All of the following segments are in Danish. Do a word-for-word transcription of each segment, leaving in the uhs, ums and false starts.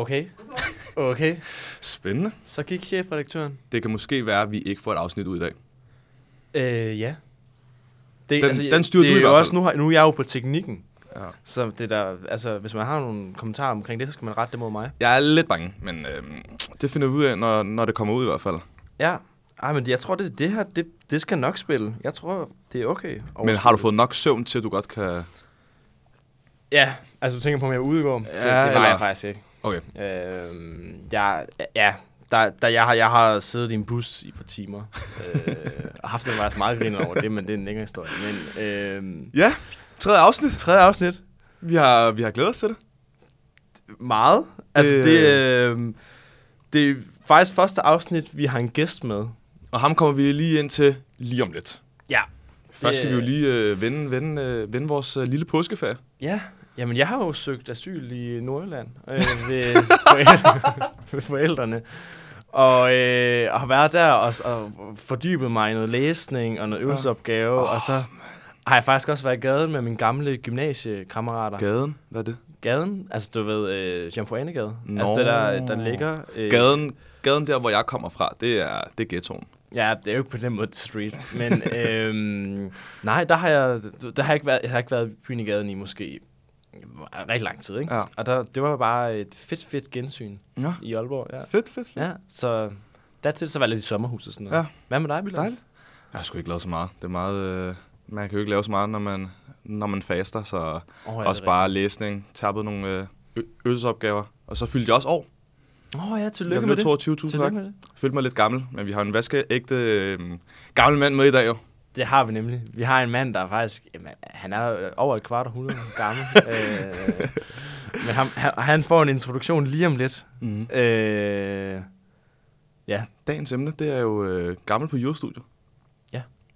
Okay. Okay. Spændende. Så gik chefredaktøren. Det kan måske være, at vi ikke får et afsnit ud i dag. Øh, ja. Det, Den, altså, den styrer du i hvert fald. Også, nu, har, nu er jeg jo på teknikken. Ja. Så det der, altså, hvis man har nogle kommentarer omkring det, så skal man rette det mod mig. Jeg er lidt bange, men øh, det finder vi ud af, når, når det kommer ud i hvert fald. Ja. Ej, men jeg tror, det, det her, det, det skal nok spille. Jeg tror, det er okay. Men har du fået nok søvn til, at du godt kan... Ja, altså du tænker på, om jeg er ude i går? Ja, det, det var eller... jeg faktisk ikke. Okay. Øh, jeg, ja, der, der, jeg, har, jeg har siddet i en bus i et par timer. øh, og haft det faktisk meget griner over det, men det er en længere historie. Men, øh, ja, tredje afsnit. Tredje afsnit. Vi har, vi har glædet os til det. Meget. Altså, det, øh, det er faktisk første afsnit, vi har en gæst med. Og ham kommer vi lige ind til lige om lidt. Ja. Først skal vi jo lige øh, vende, vende, øh, vende vores øh, lille påskeferie. Ja. Jamen, jeg har jo søgt asyl i Nordjylland øh, ved, forældre, ved forældrene. Og, øh, og har været der og, og fordybet mig i noget læsning og noget øvelsesopgave. Oh. Og så har jeg faktisk også været i gaden med mine gamle gymnasiekammerater. Gaden? Hvad er det? Gaden? Altså, du ved, øh, Jomfru-Ane-gade. Altså, det der, der ligger... Øh, gaden, gaden der, hvor jeg kommer fra, det er, det er ghettoen. Ja, det er jo ikke på den måde street. Men øhm, nej, der har jeg, der har jeg ikke været, jeg har ikke været i byen i gaden i måske rigtig lang tid, ikke? Ja. Og der, det var bare et fedt, fedt gensyn ja. i Aalborg. Ja. Fedt, fedt, fedt. Ja, så dertil så var jeg lidt i sommerhus og sådan noget. Ja. Hvad med dig, Bilal? Dejligt. Jeg har sgu ikke lavet så meget. Det er meget, øh, man kan jo ikke lave så meget, når man, når man faster, så oh, ja, også bare rigtigt. Læsning, tappet nogle øh, øvelsesopgaver, og så fyldte jeg også år. Åh oh, ja, tillykke jeg med det. toogtyve tusind tak. Følte mig lidt gammel, men vi har en vaskeægte øh, gammel mand med i dag jo. Det har vi nemlig. Vi har en mand, der er faktisk... Jamen, han er over et kvart århundrede gammel. øh, men han, han får en introduktion lige om lidt. Mm-hmm. Øh, ja. Dagens emne, det er jo øh, gammel på jurastudiet. Ja.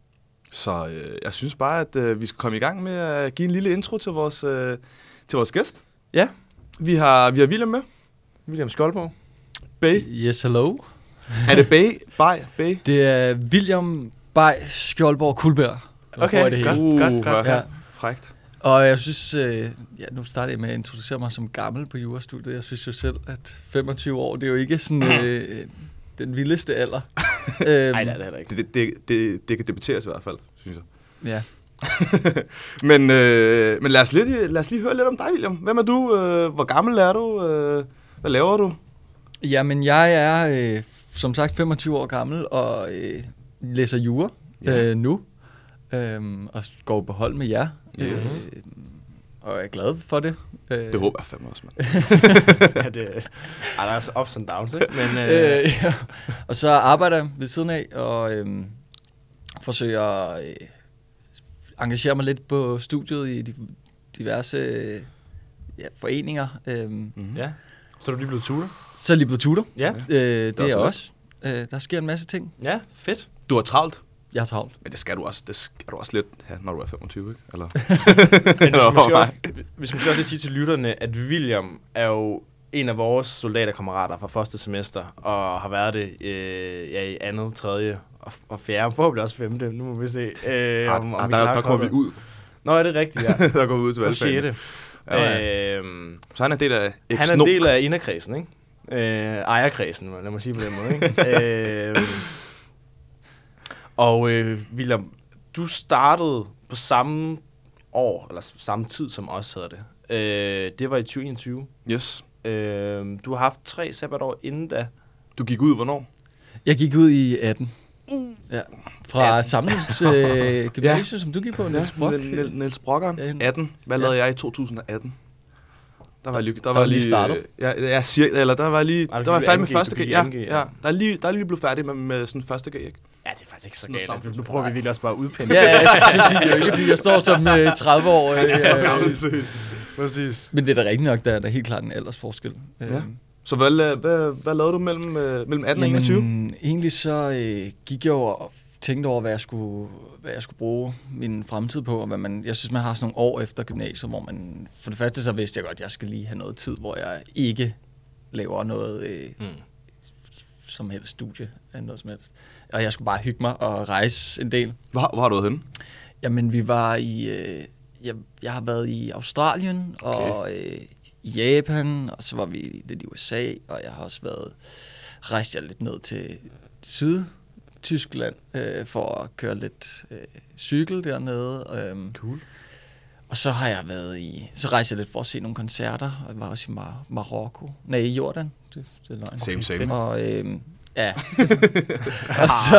Så øh, jeg synes bare, at øh, vi skal komme i gang med at give en lille intro til vores, øh, til vores gæst. Ja. Vi har, vi har William med. William Skjoldborg. Bay. Yes, hello. Er det Bay? Bay? Bay? Det er William Bay Skjoldborg Kuldberg. Okay, det godt, uh, godt, godt. Ja. Frækt. Og jeg synes, øh, ja, nu starter jeg med at introducere mig som gammel på jurastudiet. Jeg synes jo selv, at femogtyve år, det er jo ikke sådan øh, den vildeste alder. øhm, Nej, det er det heller ikke. Det, det, det, det kan debatteres i hvert fald, synes jeg. Ja. men øh, men lad, os lige, lad os lige høre lidt om dig, William. Hvem er du? Øh, hvor gammel er du? Øh, hvad laver du? Jamen, jeg er øh, som sagt femogtyve år gammel og øh, læser jura ja. øh, nu. Øh, og går på hold med jer. Yeah. Øh, og jeg er glad for det. Øh, det håber jeg fandme også, mand. ja, det er der er ups and downs, ikke? Men, øh... Øh, ja. Og så arbejder jeg ved siden af og øh, forsøger at øh, engagere mig lidt på studiet i de diverse øh, ja, foreninger. Øh, mm-hmm. Ja. Så er du lige blevet tutor? Så er jeg lige blevet tutor. Ja. Øh, det, det er jeg også. Øh, der sker en masse ting. Ja, fedt. Du har travlt? Jeg har travlt. Men det skal du også, det skal du også lidt have, når du er femogtyve, ikke? Eller? Men vi skal måske også, vi skal måske også lige sige til lytterne, at William er jo en af vores soldaterkammerater fra første semester, og har været det øh, ja, i andet, tredje og, og fjerde, forhåbentlig også femte, nu må vi se. Øh, ah, om, om ah, vi der, der kommer vi ud. Nå, er det rigtigt, ja. der går vi ud til valgfagene. Så sjette. Ja, ja. Øhm, så han er en del af X-Nok. Han er en del af inderkredsen, ikke? Øh, ejerkredsen, lad mig sige på den måde, ikke? øh, og øh, William, du startede på samme år, eller samme tid som os, hedder det. Øh, det var i tyve enogtyve. Yes. Øh, du har haft tre sabbatår inden da. Du gik ud hvornår? Jeg gik ud i atten. Ja. Fra Samlings øh, gymnasium, ja. Som du gik på, Niels Brock. Ja, Niels Brockeren. atten. Hvad lavede ja. jeg i to tusind atten? Der var lige, der, der var lige startet. Ja, ja, siger, eller der var lige, der, der var færdig med første G. Ja, ja, ja. Der er lige, der er lige blevet færdig med, med sådan første G, ikke? Ja, det er faktisk ikke så galt. Altså, nu prøver vi virkelig også bare at udpinde. Ja, ja, jeg skal sige, det er jo ikke, fordi jeg står som uh, tredive år. Uh, ja, så gammel. Præcis. Men det er da rigtigt nok, der er der helt klart en aldersforskel. Ja. Uh, så hvad, hvad, hvad lavede du mellem, uh, mellem atten og enogtyve? Egentlig så uh, gik jeg jo og tænkte over, hvad jeg skulle, hvad jeg skulle bruge min fremtid på. Og hvad man, jeg synes, man har sådan nogle år efter gymnasiet, hvor man... For det første så vidste jeg godt, at jeg skal lige have noget tid, hvor jeg ikke laver noget øh, mm. som helst studie eller noget som helst. Og jeg skulle bare hygge mig og rejse en del. Hvor, hvor har du været henne? Jamen, vi var i... Øh, jeg, jeg har været i Australien okay. og øh, i Japan, og så var vi lidt i U S A, og jeg har også været, rejst jeg lidt ned til Syd-Tyskland, øh, for at køre lidt øh, cykel dernede. Øh, Cool. Og så har jeg været i, så rejste jeg lidt for at se nogle koncerter, og jeg var også i Mar- Marokko, nej, i Jordan, det, det er løgn. Same, same. Og øh, ja, og så,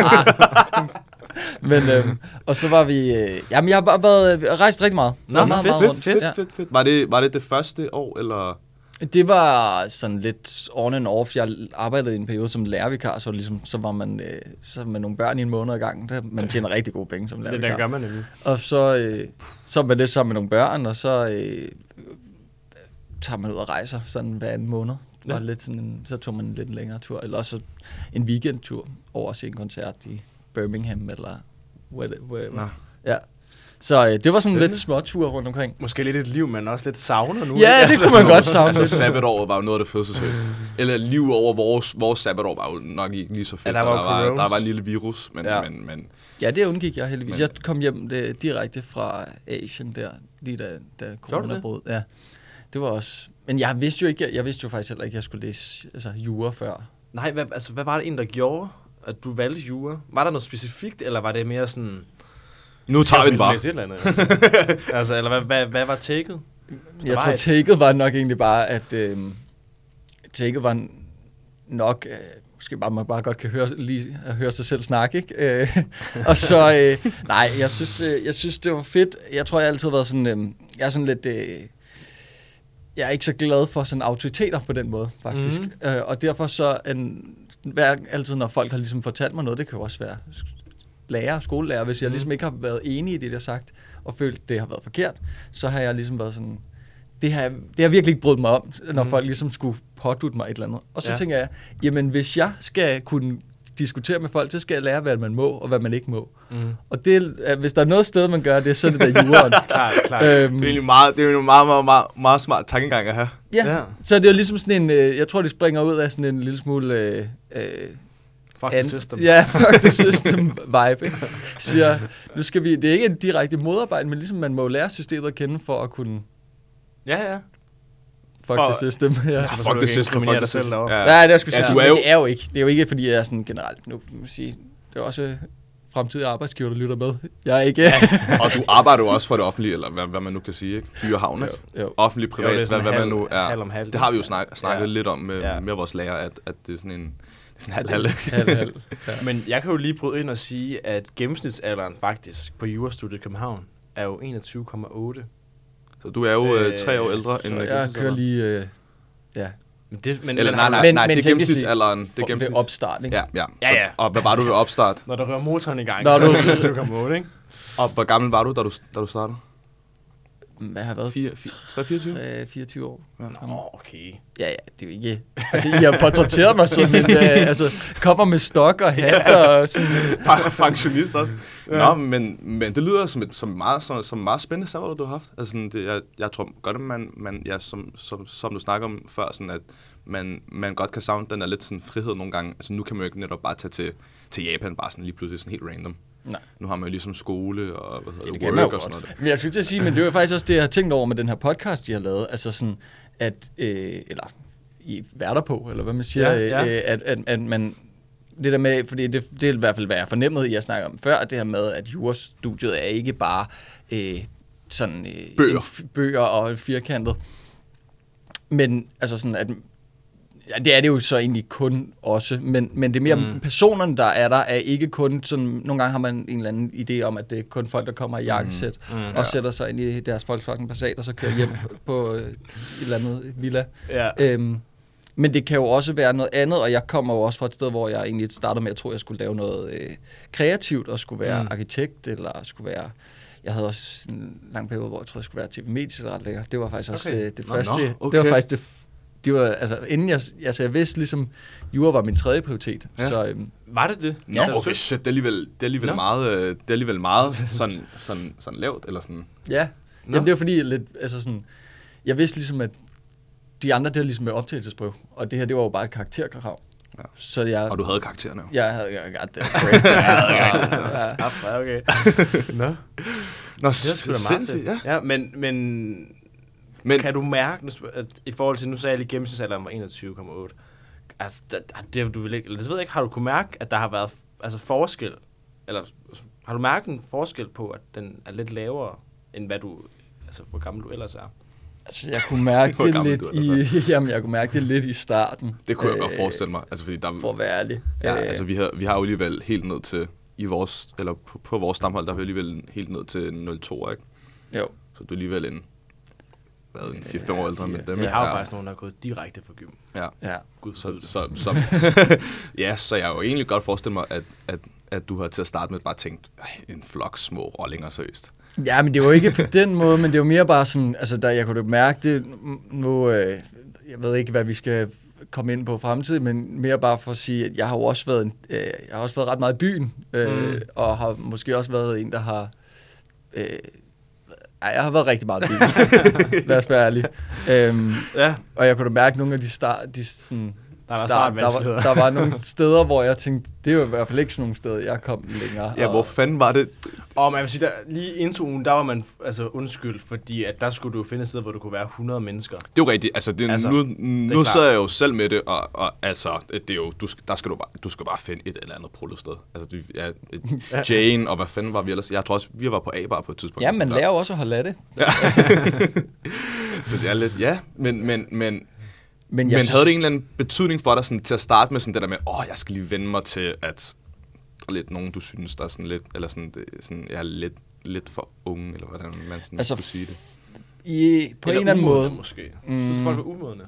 ah, men øhm, og så var vi, øh, jamen jeg har bare været, rejst rigtig meget. Nå, meget, fedt, meget, meget Fedt, rundt. fedt, Ja. fedt, fedt. Var det, var det det første år, eller? Det var sådan lidt on and off. Jeg arbejdede i en periode som lærervikar, så, ligesom, så var man øh, så med nogle børn i en måned ad gangen. Der, man tjener rigtig gode penge som Det lærervikar. der gør man nemlig. Og så, øh, så var det sammen med nogle børn, og så øh, tager man ud og rejser sådan hver anden måned. Ja. Var lidt sådan en, så tog man en lidt længere tur, eller også en weekendtur over at se en koncert i Birmingham, eller whatever. Nå. Ja. Så øh, det var sådan Spændende. lidt småtur rundt omkring. Måske lidt et liv, man også lidt savner nu. Ja, ikke? det kunne man godt savne. Altså, sabbatåret var jo noget af det fedeste seriøst. Eller liv over vores, vores sabbatår var jo nok ikke lige så fedt. Ja, der var der, var, coronas. der var en lille virus, men, Ja. ja. men, men Ja, det undgik jeg heldigvis. Men- Jeg kom hjem det, direkte fra Asien der, lige da, da corona det? brød. Ja, det var også... Men jeg vidste jo ikke, jeg, jeg vidste jo faktisk heller ikke, at jeg skulle læse altså, jura før. Nej, hvad, altså, hvad var det en, der gjorde, at du valgte jura? Var der noget specifikt, eller var det mere sådan... nu tager vi den bare. Læse et eller andet, altså. altså, eller hvad, hvad, hvad var taket? Jeg var tror, et- taket var nok egentlig bare, at øh, taket var nok... Øh, måske bare, man bare godt kan høre, lige, at høre sig selv snakke, ikke? Øh, og så... Øh, nej, jeg synes, øh, jeg synes, det var fedt. Jeg tror, jeg altid har været sådan... Øh, jeg er sådan lidt... Øh, jeg er ikke så glad for sådan autoriteter på den måde, faktisk. Mhm. Mm. Øh, og derfor så... En, hver, altid, når folk har ligesom fortalt mig noget, det kan jo også være lærer, skolelærer, hvis jeg Mhm. ligesom ikke har været enig i det, de har sagt, og følt, det har været forkert, så har jeg ligesom været sådan... Det har, det har virkelig ikke brudt mig om, når Mhm. mm. folk ligesom skulle pådutte mig et eller andet. Og så Ja. ja. tænker jeg, jamen hvis jeg skal kunne diskutere med folk, så skal jeg lære, hvad man må, og hvad man ikke må. Mm. Og det, er- hvis der er noget sted, man gør det, så er det der juraen. Klart, klart. øhm, Det er egentlig meget, det er jo en meget, meget, meget, meget smart tankegang at have. ja. Ja. ja, så det er jo ligesom sådan en, øh, jeg tror, det springer ud af sådan en lille smule... Øh, øh, Fuck the an- system. Ja, fuck the system vibe. Ikke? Siger, nu skal vi, det er ikke en direkte modarbejde, men ligesom man må jo lære systemet at kende for at kunne Ja, ja. fuck For- the system. Ja. Ja, så fuck du the ikke system, inkriminere fuck dig the selv system. derovre. Ja, det er sgu Ja, sige, du er men jo- det er jo ikke. Det er jo ikke, fordi jeg er sådan generelt, nu kan man sige, det er også fremtidige arbejdsgiver, der lytter med. Jeg er ikke... Og du arbejder jo også for det offentlige, eller hvad, hvad man nu kan sige, ikke? By og havn, ikke? Jo, jo. Offentlig, Jo, privat, det er hvad, sådan hvad man halv- nu er. halv om halv. Det har vi jo snak, snakket Ja. lidt om med, Ja. med vores lærer, at, at det er sådan en, det er sådan halv, halv, ikke? halv, halv. Ja. Men jeg kan jo lige bryde ind og sige, at gennemsnitsalderen faktisk på jurastudiet i København er jo enogtyve komma otte. Så du er jo øh, Øh, tre år ældre Så end jeg gennemsnitsalderen. kører lige... Øh, ja, Men det, men, Eller men nej, har- nej, Men- nej, men det er teknisk set gennemsnitsalderen. Det er for, ved gennemsnits... opstart, ikke? Ja, ja. Ja, Så, ja. og hvad var du ved opstart? Når der rører motoren i gang, Nå, så er du- det enogtyve komma otte, ikke? Og hvor gammel var du, da du, da du startede? Hvad har jeg været? fire, fire, tre, fireogtyve? Øh, fireogtyve år. Nå, okay. Ja, ja, det er jo ikke... Altså, I har portrætteret mig som en... Øh, altså, kommer med stok og hat og sådan... Pensionist også. Ja. Nå, men, men det lyder som et som meget, som, som meget spændende sabbatår, du har haft. Altså, sådan, det, jeg, jeg tror godt, at man, man ja, som, som, som du snakker om før, sådan at man, man godt kan savne den der lidt sådan frihed nogle gange. Altså, nu kan man jo ikke netop bare tage til, til Japan, bare sådan lige pludselig sådan helt random. Nej. Nu har man jo ligesom skole og hvad hedder Det det, kan man work jo og sådan godt. noget. Men jeg skulle til at sige, men det er jo faktisk også det, jeg har tænkt over med den her podcast, de har lavet. Altså sådan, at... Øh, eller I værter på, eller hvad man siger. Ja, ja. Øh, at, at, at man... Det der med, fordi det, det er i hvert fald, hvad jeg fornemmede, jeg snakker om før, det her med, at jurastudiet er ikke bare øh, sådan... Øh, Bøger. En f- bøger og firkantet. Men altså sådan, at... Ja, det er det jo så egentlig kun også, men, men det er mere Mm. mm. personerne, der er der, er ikke kun sådan... Nogle gange har man en eller anden idé om, at det er kun folk, der kommer i jakkesæt Mm. mm. Ja. og sætter sig ind i deres Volkswagen Passat, og så kører hjem på øh, et eller andet villa. Ja. Øhm, men det kan jo også være noget andet, og jeg kommer jo også fra et sted, hvor jeg egentlig startede med, at jeg tror, jeg skulle lave noget øh, kreativt, og skulle være Mm. mm. arkitekt, eller skulle være... Jeg havde også en lang periode, hvor jeg troede, jeg skulle være tv-medietilrettelægger. Det var faktisk også Okay. øh, det Nå, første... nå, okay. Det var faktisk det... Det var, altså, inden jeg, altså, jeg vidste ligesom, jura var min tredje prioritet. Ja. Så, øhm, Var det det? Nå, okay, shit, det er alligevel, det er alligevel Nå. meget, øh, det er alligevel meget sådan, sådan, sådan lavt, eller sådan. ja, Nå. Jamen, det var fordi, jeg lidt, altså sådan, jeg vidste ligesom, at de andre, det var ligesom med optagelsesprøve, og det her, det var jo bare et karakterkrav. Ja. Så jeg... Og du havde karaktererne jo. Jeg havde jeg got that great. ja, ja. Ja, okay. Nå. Nå, Det er sgu da meget sindssygt, fedt. ja. Ja, men, men Men, kan du mærke, at i forhold til, nu sagde jeg lige gennemsnitsalderen var enogtyve komma otte, altså, det, det, du vil ikke, eller det ved jeg ikke, har du kunne mærke, at der har været altså, forskel, eller har du mærket en forskel på, at den er lidt lavere, end hvad du, altså hvor gammel du ellers er? Altså, jeg kunne mærke det lidt i, jamen, jeg kunne mærke det lidt i starten. Det kunne jeg godt forestille mig, altså fordi der... For at være ærlig. Ja, øh, altså vi har, vi har jo alligevel helt ned til, i vores, eller på, på vores stamhold, der har vi alligevel helt ned til nul to, ikke? Jo. Så du er alligevel en, hvad, en fire fem år ældre med dem. Vi har jo ja. faktisk nogen, der er gået direkte fra gym. Ja. Ja. Gud, så, så, så, ja, så jeg har jo egentlig godt forestillet mig, at, at, at du har til at starte med bare tænkt, en flok små rollinger, seriøst. Ja, men det var ikke på den måde, men det var mere bare sådan, altså der, jeg kunne jo mærke det nu, øh, jeg ved ikke, hvad vi skal komme ind på fremtiden, men mere bare for at sige, at jeg har jo også været, øh, jeg har også været ret meget i byen, øh, mm. og har måske også været en, der har, øh, ej, jeg har været rigtig meget i byen, lad os være ærlig. Øhm, ja. Og jeg kunne da mærke nogle af de start, de sådan, Der var, start, der, var, der var nogle steder, hvor jeg tænkte, det var i hvert fald ikke sådan nogle steder, jeg kom længere. Ja, hvor fanden var det? Og man vil sige, der, lige introen, der var man altså undskyld, fordi at der skulle du finde et sted, hvor du kunne være hundrede mennesker. Det er jo rigtigt. Altså, det, altså nu, nu sidder jeg jo selv med det, og, og altså, det er jo, du, der skal du, bare, du skal bare finde et eller andet prullet-sted. Altså, du, ja, Jane, og hvad fanden var vi ellers? Jeg tror også, vi var på A-bar på et tidspunkt. Ja, man lærer jo også at holde af det. Ja. Så det er lidt, ja, men... men, men Men, Men synes... havde det en eller anden betydning for dig sådan, til at starte med sådan det der med, åh, jeg skal lige vende mig til, at der er lidt nogen, du synes, der er sådan lidt, eller sådan, det, sådan jeg er lidt, lidt for unge, eller hvordan man sådan altså, skulle sige det? I, på eller en eller anden måde. Måske. Mm. Synes folk er umodne?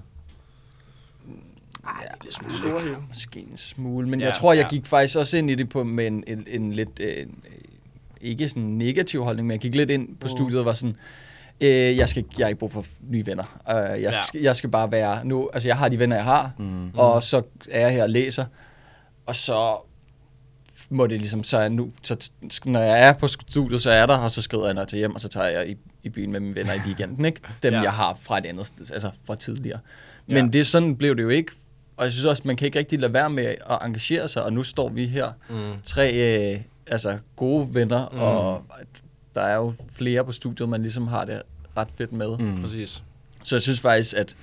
Ej, ja, lidt smule store her. Måske en smule, men ja, jeg tror, jeg gik ja. faktisk også ind i det på, med en, en, en lidt, øh, ikke sådan negativ holdning, men jeg gik lidt ind på uh. studiet og var sådan, Øh, jeg skal jeg har ikke brug for nye venner. Uh, jeg, ja. skal, jeg skal bare være nu. Altså jeg har de venner jeg har, mm. og så er jeg her og læser, og så må det ligesom så nu. Så når jeg er på studiet, så er jeg der, og så skrider jeg når jeg til hjem, og så tager jeg i, i byen med mine venner i weekenden, ikke? Dem ja. jeg har fra et andet sted, altså fra tidligere. Men ja. det sådan blev det jo ikke. Og jeg synes også, man kan ikke rigtig lade være med at engagere sig. Og nu står vi her mm. tre øh, altså gode venner, mm. og der er jo flere på studiet, man ligesom har det ret fedt med. Mm. Præcis. Så jeg synes faktisk, at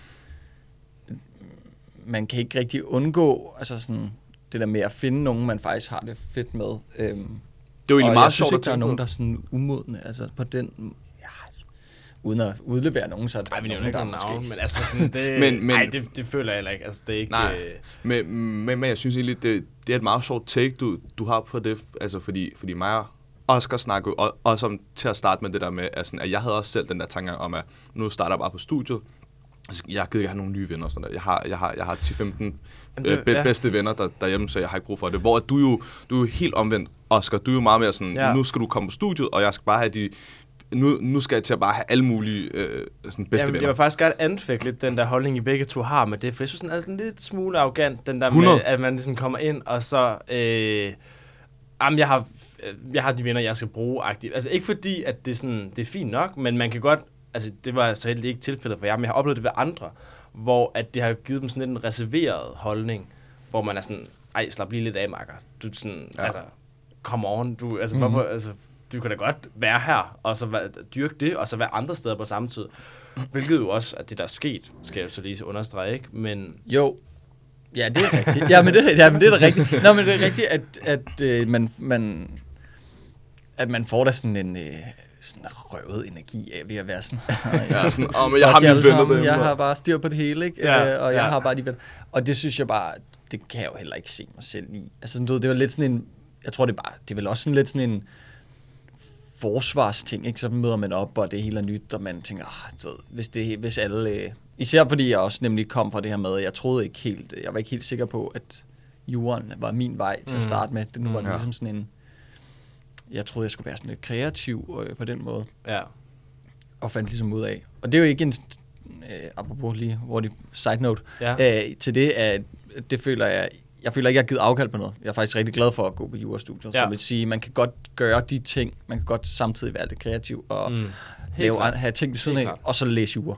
man kan ikke rigtig undgå altså sådan, det der med at finde nogen, man faktisk har det fedt med. Øhm, det er jo egentlig meget sjovt at tænke der er nogen, der er sådan umodne. Altså på den... Ja, uden at udlevere nogen, så er det Ej, men nogen, ikke der er måske... Men altså sådan, det... men, men, ej, det, det føler jeg heller ikke. Altså, det er ikke... Nej, øh... men, men, men jeg synes egentlig, det, det er et meget sjovt take, du, du har på det. Altså fordi, fordi mig og Oscar snakke og, også om til at starte med det der med, at, sådan, at jeg havde også selv den der tanke om, at nu starter jeg bare på studiet. Jeg gider ikke have nogle nye venner. Sådan der. Jeg har, jeg har, jeg har ti til femten øh, ja. bedste venner der, derhjemme, så jeg har ikke brug for det. Hvor du jo, du er jo helt omvendt, Oscar. Du er jo meget mere sådan, ja. nu skal du komme på studiet, og jeg skal bare have de... Nu, nu skal jeg til at bare have alle mulige øh, sådan bedste Jamen, venner. Jeg vil faktisk gerne anfægte lidt den der holdning, I begge to har med det, for jeg synes, den er sådan lidt smule arrogant, den der hundrede med, at man ligesom kommer ind, og så... Øh, jamen, jeg har, jeg har de venner, jeg skal bruge aktivt. Altså ikke fordi, at det er, sådan, det er fint nok, men man kan godt... Altså, det var så heldig ikke tilfældet for jer, men jeg har oplevet det ved andre, hvor at det har givet dem sådan lidt en reserveret holdning, hvor man er sådan, ej, slap lige lidt af, makker. Du er sådan, ja. altså, come on, du, altså, mm-hmm. hvorfor, altså, du kan da godt være her, og så være, dyrke det, og så være andre steder på samme tid. Hvilket jo også, at det der er sket, skal jeg så lige understrege, ikke? Men... Jo, ja, det er rigtigt. Ja, men det, ja, men det er da rigtigt. Nå, men det er rigtigt, at, at, øh, man, man, at man får da sådan en... Øh, sådan røvet energi af ved at være sådan, ja, sådan oh, men jeg har mine venner derhjemme. Jeg har bare styr på det hele, ikke? Ja, øh, og jeg ja. har bare de venner. Og det synes jeg bare, det kan jeg jo heller ikke se mig selv i. Altså, du ved, det var lidt sådan en, jeg tror det er bare, det er vel også sådan lidt sådan en forsvarsting, ikke? Så møder man op, og det hele er nyt, og man tænker, oh, du ved, hvis, det, hvis alle, øh, især fordi jeg også nemlig kom fra det her med, jeg troede ikke helt, jeg var ikke helt sikker på, at jorden var min vej til at starte med. Det nu var det ja. ligesom sådan en, jeg troede, jeg skulle være sådan lidt kreativ øh, på den måde. Ja. Og fandt ligesom ud af. Og det er jo ikke en, øh, apropos lige hurtig side note, ja. øh, til det, at det føler jeg, jeg føler ikke, jeg har givet afkald på noget. Jeg er faktisk rigtig glad for at gå på jurastudiet. Ja. Så vil sige, man kan godt gøre de ting, man kan godt samtidig være lidt kreativ og mm. lave, have ting ved siden af, og så læse jura.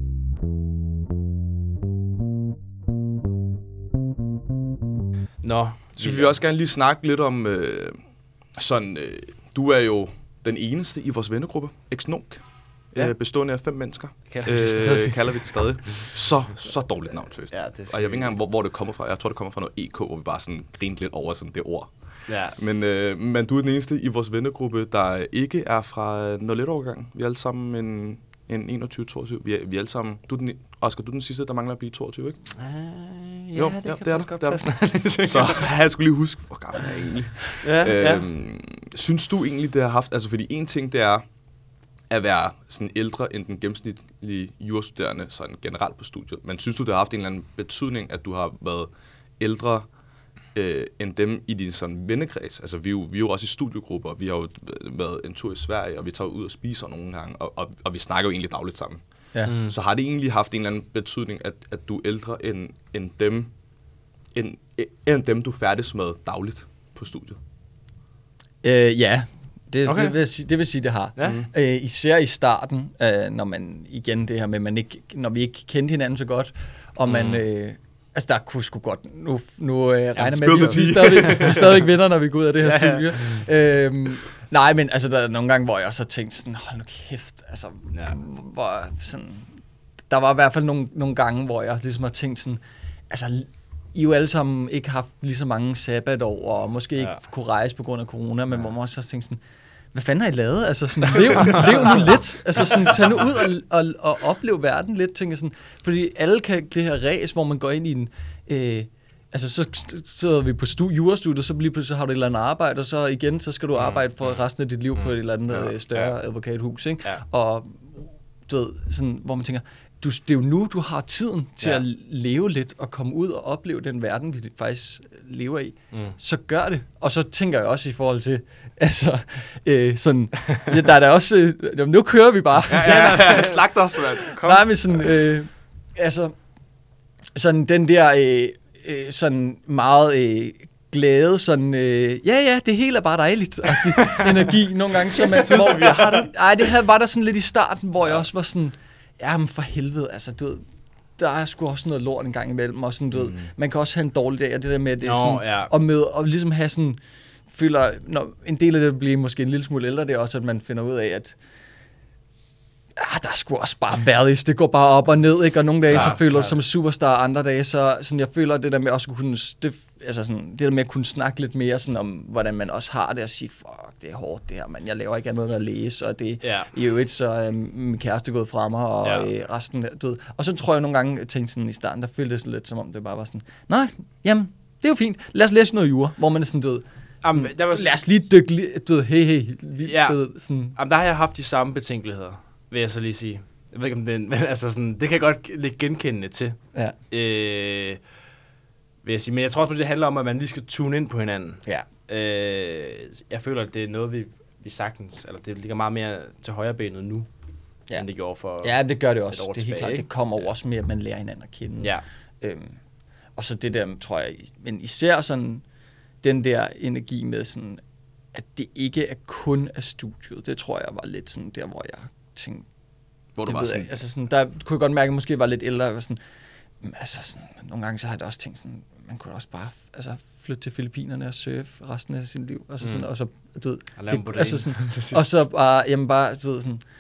Nå. Så vil vi også gerne lige snakke lidt om... Øh, sådan, øh, du er jo den eneste i vores vennegruppe, X-Nunk. ja. øh, bestående af fem mennesker. Kalder vi det stadig. Øh, kalder vi det stadig. Så, så dårligt navn, tøst. Ja, det og jeg ved ikke engang, hvor, hvor det kommer fra. Jeg tror, det kommer fra noget E K, hvor vi bare sådan grinte lidt over sådan det ord. Ja. Men, øh, men du er den eneste i vores vennegruppe, der ikke er fra nul et-årgangen. Vi er alle sammen en, en enogtyve toogtyve. Vi er, vi er alle sammen... Du er den, Oscar, du er den sidste, der mangler at blive toogtyve, ikke? Uh, ja, jo, det ja, kan det er du godt det er passe. Så jeg skulle lige huske, hvor gammel er jeg egentlig. Ja, øhm, ja. Synes du egentlig, det har haft... Altså, fordi en ting, det er at være sådan ældre end den gennemsnitlige jurastuderende sådan generelt på studiet. Men synes du, det har haft en eller anden betydning, at du har været ældre øh, end dem i din sådan vennekreds? Altså, vi er, jo, vi er jo også i studiegrupper. Vi har jo været en tur i Sverige, og vi tager ud og spiser nogle gange, og, og, og vi snakker jo egentlig dagligt sammen. Ja. Mm. Så har det egentlig haft en eller anden betydning, at, at du er ældre end, end, dem, end, end dem, du færdes med dagligt på studiet? Øh, ja, det, Okay. det, vil sige, det vil sige, det har. Ja. Øh, især i starten, øh, når man igen det her med, man ikke, når vi ikke kendte hinanden så godt, og man... Øh, altså, der kunne sgu godt... Nu, nu øh, regner med, at vi, vi, er stadig, vi er stadigvæk venner, når vi går ud af det her Ja, ja. studie. Øhm, nej, men altså, der er nogle gange, hvor jeg også har tænkt sådan, hold nu kæft, altså, Ja. hvor sådan... Der var i hvert fald nogle, nogle gange, hvor jeg ligesom har tænkt sådan, altså, I jo alle sammen ikke haft lige så mange sabbatår, og måske ikke Ja. kunne rejse på grund af corona, men hvor man også har tænkt sådan, hvad fanden har I lavet? Altså sådan, lev, lev nu lidt. Altså sådan, tag nu ud og, og, og oplev verden lidt, tænker jeg sådan. Fordi alle kan det her ræs, hvor man går ind i en... Øh, altså så sidder vi på stu, jurastudiet, så lige pludselig har du et eller andet arbejde, og så igen, så skal du arbejde for resten af dit liv på et eller andet Ja. øh, større Ja. advokathus, ikke? Ja. Og du ved, sådan, hvor man tænker, du, det er jo nu, du har tiden til Ja. at leve lidt og komme ud og opleve den verden, vi faktisk lever i. Mm. Så gør det. Og så tænker jeg også i forhold til, altså, øh, sådan, ja, der er der også, øh, jamen, nu kører vi bare. Ja, ja, ja, ja. Slagt os, mand. Kom. Nej, men sådan, øh, altså, sådan den der, øh, øh, sådan meget øh, glæde, sådan, øh, ja, ja, det hele er bare dejligt, og de, energi nogle gange, så man, hvor, vi har det. Ej, det havde, var der sådan lidt i starten, hvor jeg også var sådan, ja, men for helvede, altså, du ved, der er sgu også noget lort en gang imellem, og sådan, du ved, man kan også have en dårlig dag, og det der med, at det er Nå, sådan, ja. og med, og ligesom have sådan, føler, når en del af det at blive måske en lille smule ældre, det er også, at man finder ud af, at ah, der er sgu også bare værdigt. Det går bare op og ned, ikke? Og nogle dage, Klar, så føler klar. du som superstar, andre dage, så sådan, jeg føler det der med også at kunne, det, altså sådan, det der med at kunne snakke lidt mere sådan om, hvordan man også har det, og sige, fuck, det er hårdt det her, men jeg laver ikke andet end at læse, og det Ja. i øvrigt, så er min kæreste gået fra mig, og Ja. øh, resten, du ved. Og så tror jeg nogle gange, jeg tænkte sådan i starten, der følte det sådan lidt, som om det bare var sådan, nej, jamen, det er jo fint, lad os læse noget jura, hvor man er sådan, du ved, Jamen, der var, lad os lige dykke, li- du ved, hey, hey, lige, Ja. du ved, sådan, Jamen, der har jeg haft de samme betænkeligheder, vil jeg så lige sige. Jeg ved ikke om den, men altså sådan, det kan jeg godt lidt genkendende til. ja, Øh, vil jeg sige. Men jeg tror også, det handler om, at man lige skal tune ind på hinanden. ja, Øh, jeg føler, at det er noget, vi, vi sagtens, eller det ligger meget mere til højre benet nu, Ja. ja. end det gjorde for... ja, det gør det et også, år det er helt tilbage, klart, ikke? det kommer jo også med, at man lærer hinanden at kende. Ja. Øhm, og så det der, tror jeg, men især sådan, den der energi med sådan, at det ikke er kun af studiet, det tror jeg var lidt sådan der, hvor jeg tænkte, Hvor du det var ved sådan, jeg, altså sådan, der kunne jeg godt mærke, at jeg måske var lidt ældre, jeg var sådan, mm, altså sådan, nogle gange så har jeg da også tænkt sådan, man kunne også bare altså, flytte til Filippinerne og surfe resten af sit liv, altså sådan, Mm. og så, du ved, Og lave en det, altså bodega. sådan, og så bare, jamen bare, du ved sådan,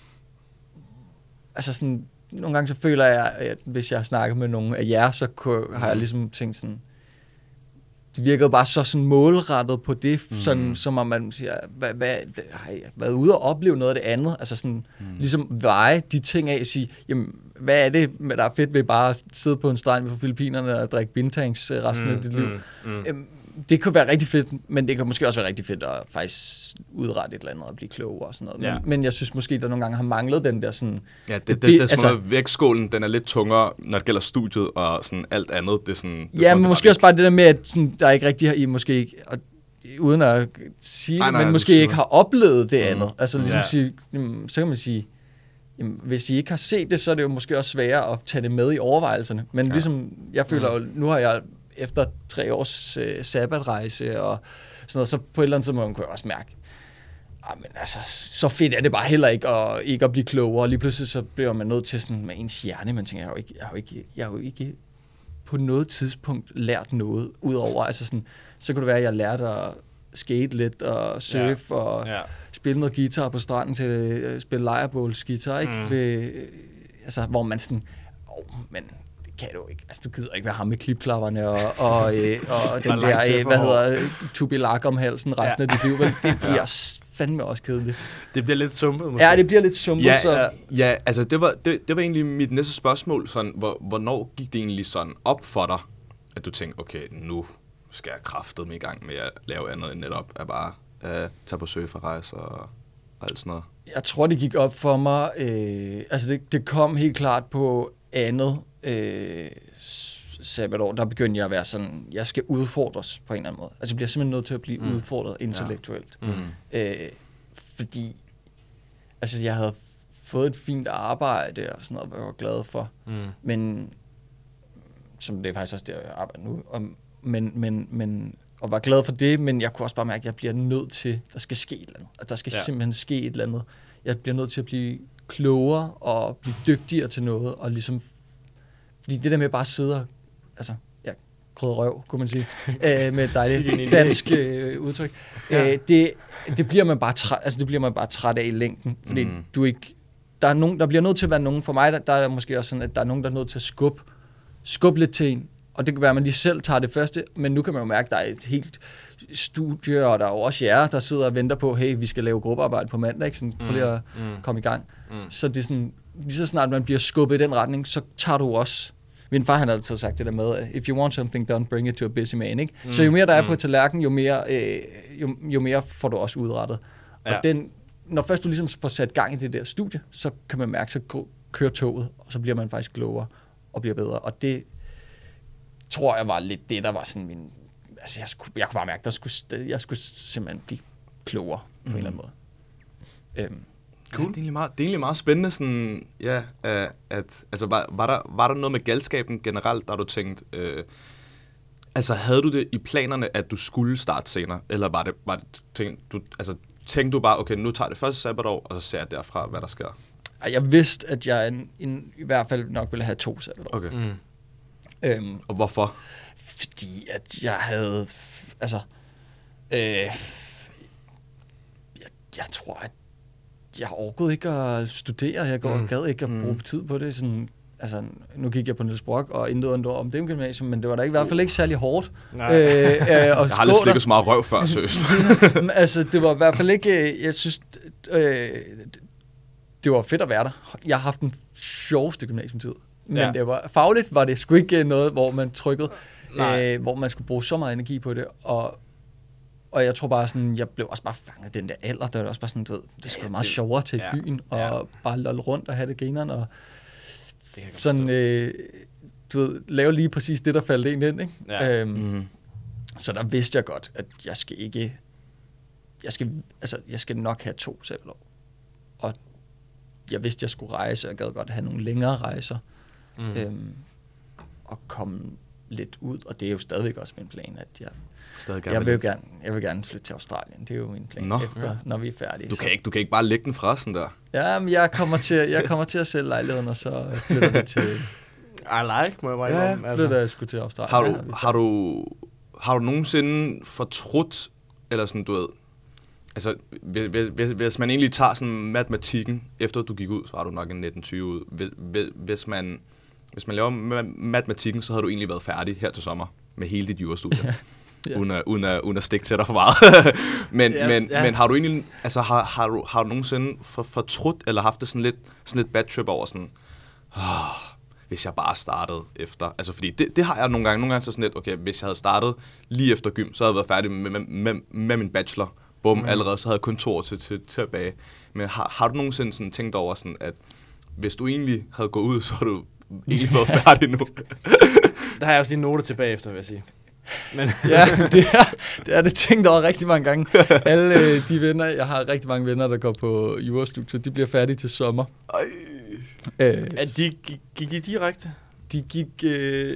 altså sådan, nogle gange så føler jeg, at hvis jeg snakker med nogle af jer, så kunne, har jeg ligesom tænkt sådan, det virkede bare så sådan målrettet på det, mm. sådan, som om man siger, hvad, hvad, har jeg været ude og opleve noget af det andet, altså sådan, mm. ligesom veje de ting af og sige, jamen, hvad er det, der er fedt ved bare at sidde på en strand på Filippinerne og drikke bintangs resten mm. af dit liv. Mm, mm. Øhm, det kunne være rigtig fedt, men det kan måske også være rigtig fedt at faktisk udrette et eller andet og blive klogere og sådan noget. Ja. Men, men jeg synes måske, der nogle gange har manglet den der sådan... ja, det, det, be- det, det er som altså- om vægtskålen, den er lidt tungere, når det gælder studiet, og sådan alt andet, det er sådan... Det er Ja, som, men det måske var også bare det der med, at sådan, der ikke rigtig har I måske ikke, og, uden at sige Nej, det, nej, men du måske siger- ikke har oplevet det Mm. andet. Altså ligesom Ja. sige, jamen, så kan man sige, jamen, hvis I ikke har set det, så er det jo måske også sværere at tage det med i overvejelserne. Men Ja. ligesom, jeg føler jo, nu har jeg efter tre års øh, sabbatrejse og sådan noget, så på et eller andet tidspunkt kunne jeg også mærke, ah, men altså, så fedt er det bare heller ikke at, ikke at blive klogere. Lige pludselig så bliver man nødt til sådan med ens hjerne, man tænker, jeg har jo ikke, jeg har jo ikke, jeg har jo ikke på noget tidspunkt lært noget, udover, altså sådan, så kunne det være, at jeg lærte at skate lidt og surfe ja. og Ja. spille noget guitar på stranden til at spille lejrebålsguitar, ikke? Mm. Ved, altså, hvor man sådan, åh, oh, men det kan du ikke. Altså, du gider ikke være ham med klipklapperne og, og, øh, og den Og der, langt øh, hvad sæbehår. hedder, tubelak om halsen resten Ja. af dit liv. Vel? Det bliver fandme også kedeligt. Det bliver lidt sumpet, måske. Ja, det bliver lidt sumpet, Ja, så... ja, ja, altså det var, det, det var egentlig mit næste spørgsmål, sådan, hvor, hvornår gik det egentlig sådan op for dig, at du tænkte, okay, nu skal jeg kraftedeme i gang med at lave andet end netop at bare uh, tage på surferrejse og, og alt sådan noget? Jeg tror, det gik op for mig. Øh, altså, det, det kom helt klart på andet øh, sabbatår. Der begyndte jeg at være sådan, jeg skal udfordres på en eller anden måde. Altså, jeg bliver simpelthen nødt til at blive mm. udfordret intellektuelt. Mm. Øh, fordi, altså, jeg havde fået et fint arbejde og sådan noget, hvad jeg var glad for. Mm. Men, som det er faktisk også der, jeg arbejder nu. Og, men, men, men, og var glad for det, men jeg kunne også bare mærke, at jeg bliver nødt til, der skal ske et eller andet. Altså, der skal Ja. simpelthen ske et eller andet. Jeg bliver nødt til at blive klogere og blive dygtigere til noget, og ligesom, fordi det der med bare at sidde og, altså, ja, krydder røv, kunne man sige, øh, med et dejligt dansk øh, udtryk, Ja. øh, det, det bliver man bare træt, altså det bliver man bare træt af i længden, fordi Mm. du ikke, der er nogen, der bliver nødt til at være nogen, for mig, der, der er måske også sådan, at der er nogen, der er nødt til at skubbe, skubbe lidt til en, og det kan være, at man lige selv tager det første, men nu kan man jo mærke, at der er et helt studie, og der er jo også jer, der sidder og venter på, hey, vi skal lave gruppearbejde på mandag, ikke? Sådan, prøv lige at Mm. komme i gang. Mm. Så det er sådan, lige så snart man bliver skubbet i den retning, så tager du også. Min far han har altid sagt det der med, if you want something done, bring it to a busy man, ikke? Mm. Så jo mere der er Mm. på tallerken, jo mere, øh, jo, jo mere får du også udrettet. Ja. Og den, når først du ligesom får sat gang i det der studie, så kan man mærke, så gå- kører toget, og så bliver man faktisk klogere og bliver bedre. Og det tror jeg var lidt det, der var sådan min... Altså, jeg, skulle, jeg kunne bare mærke, der skulle, jeg skulle simpelthen blive klogere på mm. en eller anden måde. Øhm, Cool. Ja, det, er egentlig meget, det er egentlig meget spændende, sådan, ja, uh, at, altså, var, var, der, var der noget med galskaben generelt, der du tænkte, øh, altså havde du det i planerne, at du skulle starte senere, eller var det, var det tænkte, du, altså, tænkte du bare, okay, nu tager jeg det første sabbatår, og så ser jeg derfra, hvad der sker? ej, jeg vidste, at jeg en, en, i hvert fald nok ville have to sabbatår. Okay. Mm. Øhm, Og hvorfor? fordi at jeg havde, altså, øh, jeg, jeg tror, at jeg orkede ikke at studere, jeg går, Mm. mm. gad ikke at bruge Mm. tid på det, sådan, altså, nu gik jeg på Niels Brock, og intet ondt om dem gymnasium, men det var da i hvert fald ikke særlig hårdt. Nej. Øh, øh, at Jeg har aldrig gå der. slikket så meget røv før, seriøst. Men altså, det var i hvert fald ikke, øh, jeg synes, øh, det var fedt at være der. Jeg har haft den sjoveste gymnasiumtid. Men Ja. ja. det var, fagligt var det sgu ikke noget, hvor man trykkede, Nej. øh, hvor man skulle bruge så meget energi på det. Og, og jeg tror bare sådan, jeg blev også bare fanget af den der alder. Det var også bare sådan, du ved, det skulle Ja, ja, meget det- sjovere til ja, byen, og ja. bare lolle rundt og have det grineren, og Det kan jeg godt sådan, forstå. øh, du ved, lave lige præcis det, der faldt en ind, ikke? Ja. Øhm, Mm. Så der vidste jeg godt, at jeg skal ikke, jeg skal, altså, jeg skal nok have to sabbatår. Og jeg vidste, jeg skulle rejse, og jeg gad godt have nogle længere rejser, Mm. mm. øhm, og komme lidt ud, og det er jo stadigvæk også min plan, at jeg, Stadig gerne jeg, vil jo vil- gerne, jeg vil gerne flytte til Australien. Det er jo min plan, Nå. efter, Ja. når vi er færdige. Du Så- kan, ikke, du kan ikke bare lægge den fra sådan der. Ja, men jeg kommer til, jeg kommer til at sælge lejligheden, og så flytter vi til, I like, må jeg bare Ja, indrømme, flytter jeg sgu til Australien. Har Ja, du, vi er har du, har du nogensinde fortrudt, eller sådan, du ved, altså, hvis, hvis, hvis man egentlig tager sådan matematikken, efter du gik ud, så var du nok en nitten tyve ud. Hvis, hvis, man, hvis man laver ma- matematikken, så havde du egentlig været færdig her til sommer, med hele dit jurastudie. Ja. uden, at, uden, at, uden at stikke til dig for meget. men, Ja, men, ja. men har du egentlig, altså har, har, du, har du nogensinde for, fortrudt, eller haft det sådan lidt, sådan lidt bad trip over sådan, oh, hvis jeg bare startede efter, altså fordi det, det har jeg nogle gange, nogle gange så sådan lidt, okay, hvis jeg havde startet lige efter gym, så havde jeg været færdig med, med, med, med min bachelor, bum, mm. allerede, så havde jeg kun to år til, til, tilbage. Men har, har du nogensinde sådan tænkt over sådan, at hvis du egentlig havde gået ud, så havde du egentlig været færdig nu? Der har jeg også lige noter tilbage efter, vil jeg sige. Men Ja, det er, det er det tænkt over rigtig mange gange. Alle øh, de venner, jeg har rigtig mange venner, der går på jurastudiet, de bliver færdige til sommer. Ej. Øh, at de gik, gik I direkte? de gik... Øh,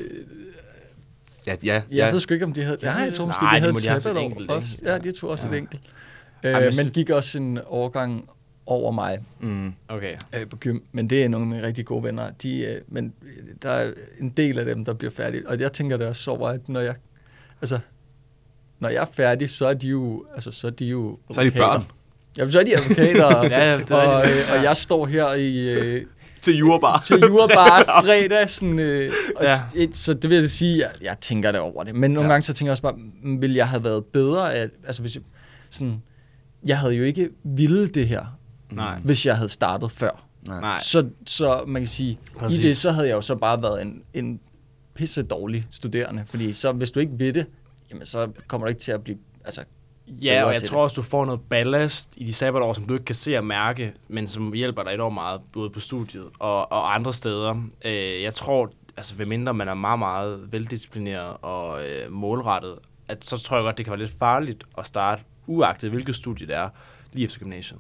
Ja, ja, jeg ved sgu ikke, om de havde... Ja, Nej, jeg tror måske, nej, de de havde må et de have haft et sabbatår enkelt, også. ikke? Ja, de tog også Ja. et enkelt. Ej, Øh, men men s- gik også en overgang over mig Mm. Okay. øh, på gym. Men det er nogle af mine rigtig gode venner. De, øh, men der er en del af dem, der bliver færdige. Og jeg tænker det også over, at når jeg... Altså, når jeg er færdig, så er de jo... Altså, så er de jo Så er de advokater. børn. Jamen, så er de advokater, ja, ja, det er og, rigtigt. øh, og jeg står her i... Øh, til jurabar. til jurabar fredag, sådan, øh, og Ja. et, så det vil jeg sige, jeg, jeg tænker det over det. Men nogle Ja. gange så tænker jeg også bare, mm, ville jeg have været bedre at, altså hvis jeg, sådan, jeg havde jo ikke ville det her, Nej. hvis jeg havde startet før. Nej. Så, så man kan sige, Præcis. i det, så havde jeg jo så bare været en, en pisse dårlig studerende, fordi så hvis du ikke ved det, jamen så kommer du ikke til at blive, altså, Ja, bedre og jeg til tror også, du får noget ballast i de sabbatår, som du ikke kan se og mærke, men som hjælper dig enormt meget, både på studiet og, og andre steder. Øh, jeg tror, altså ved mindre man er meget, meget veldisciplineret og øh, målrettet, at så tror jeg godt, det kan være lidt farligt at starte, uagtet hvilket studie det er, lige efter gymnasiet.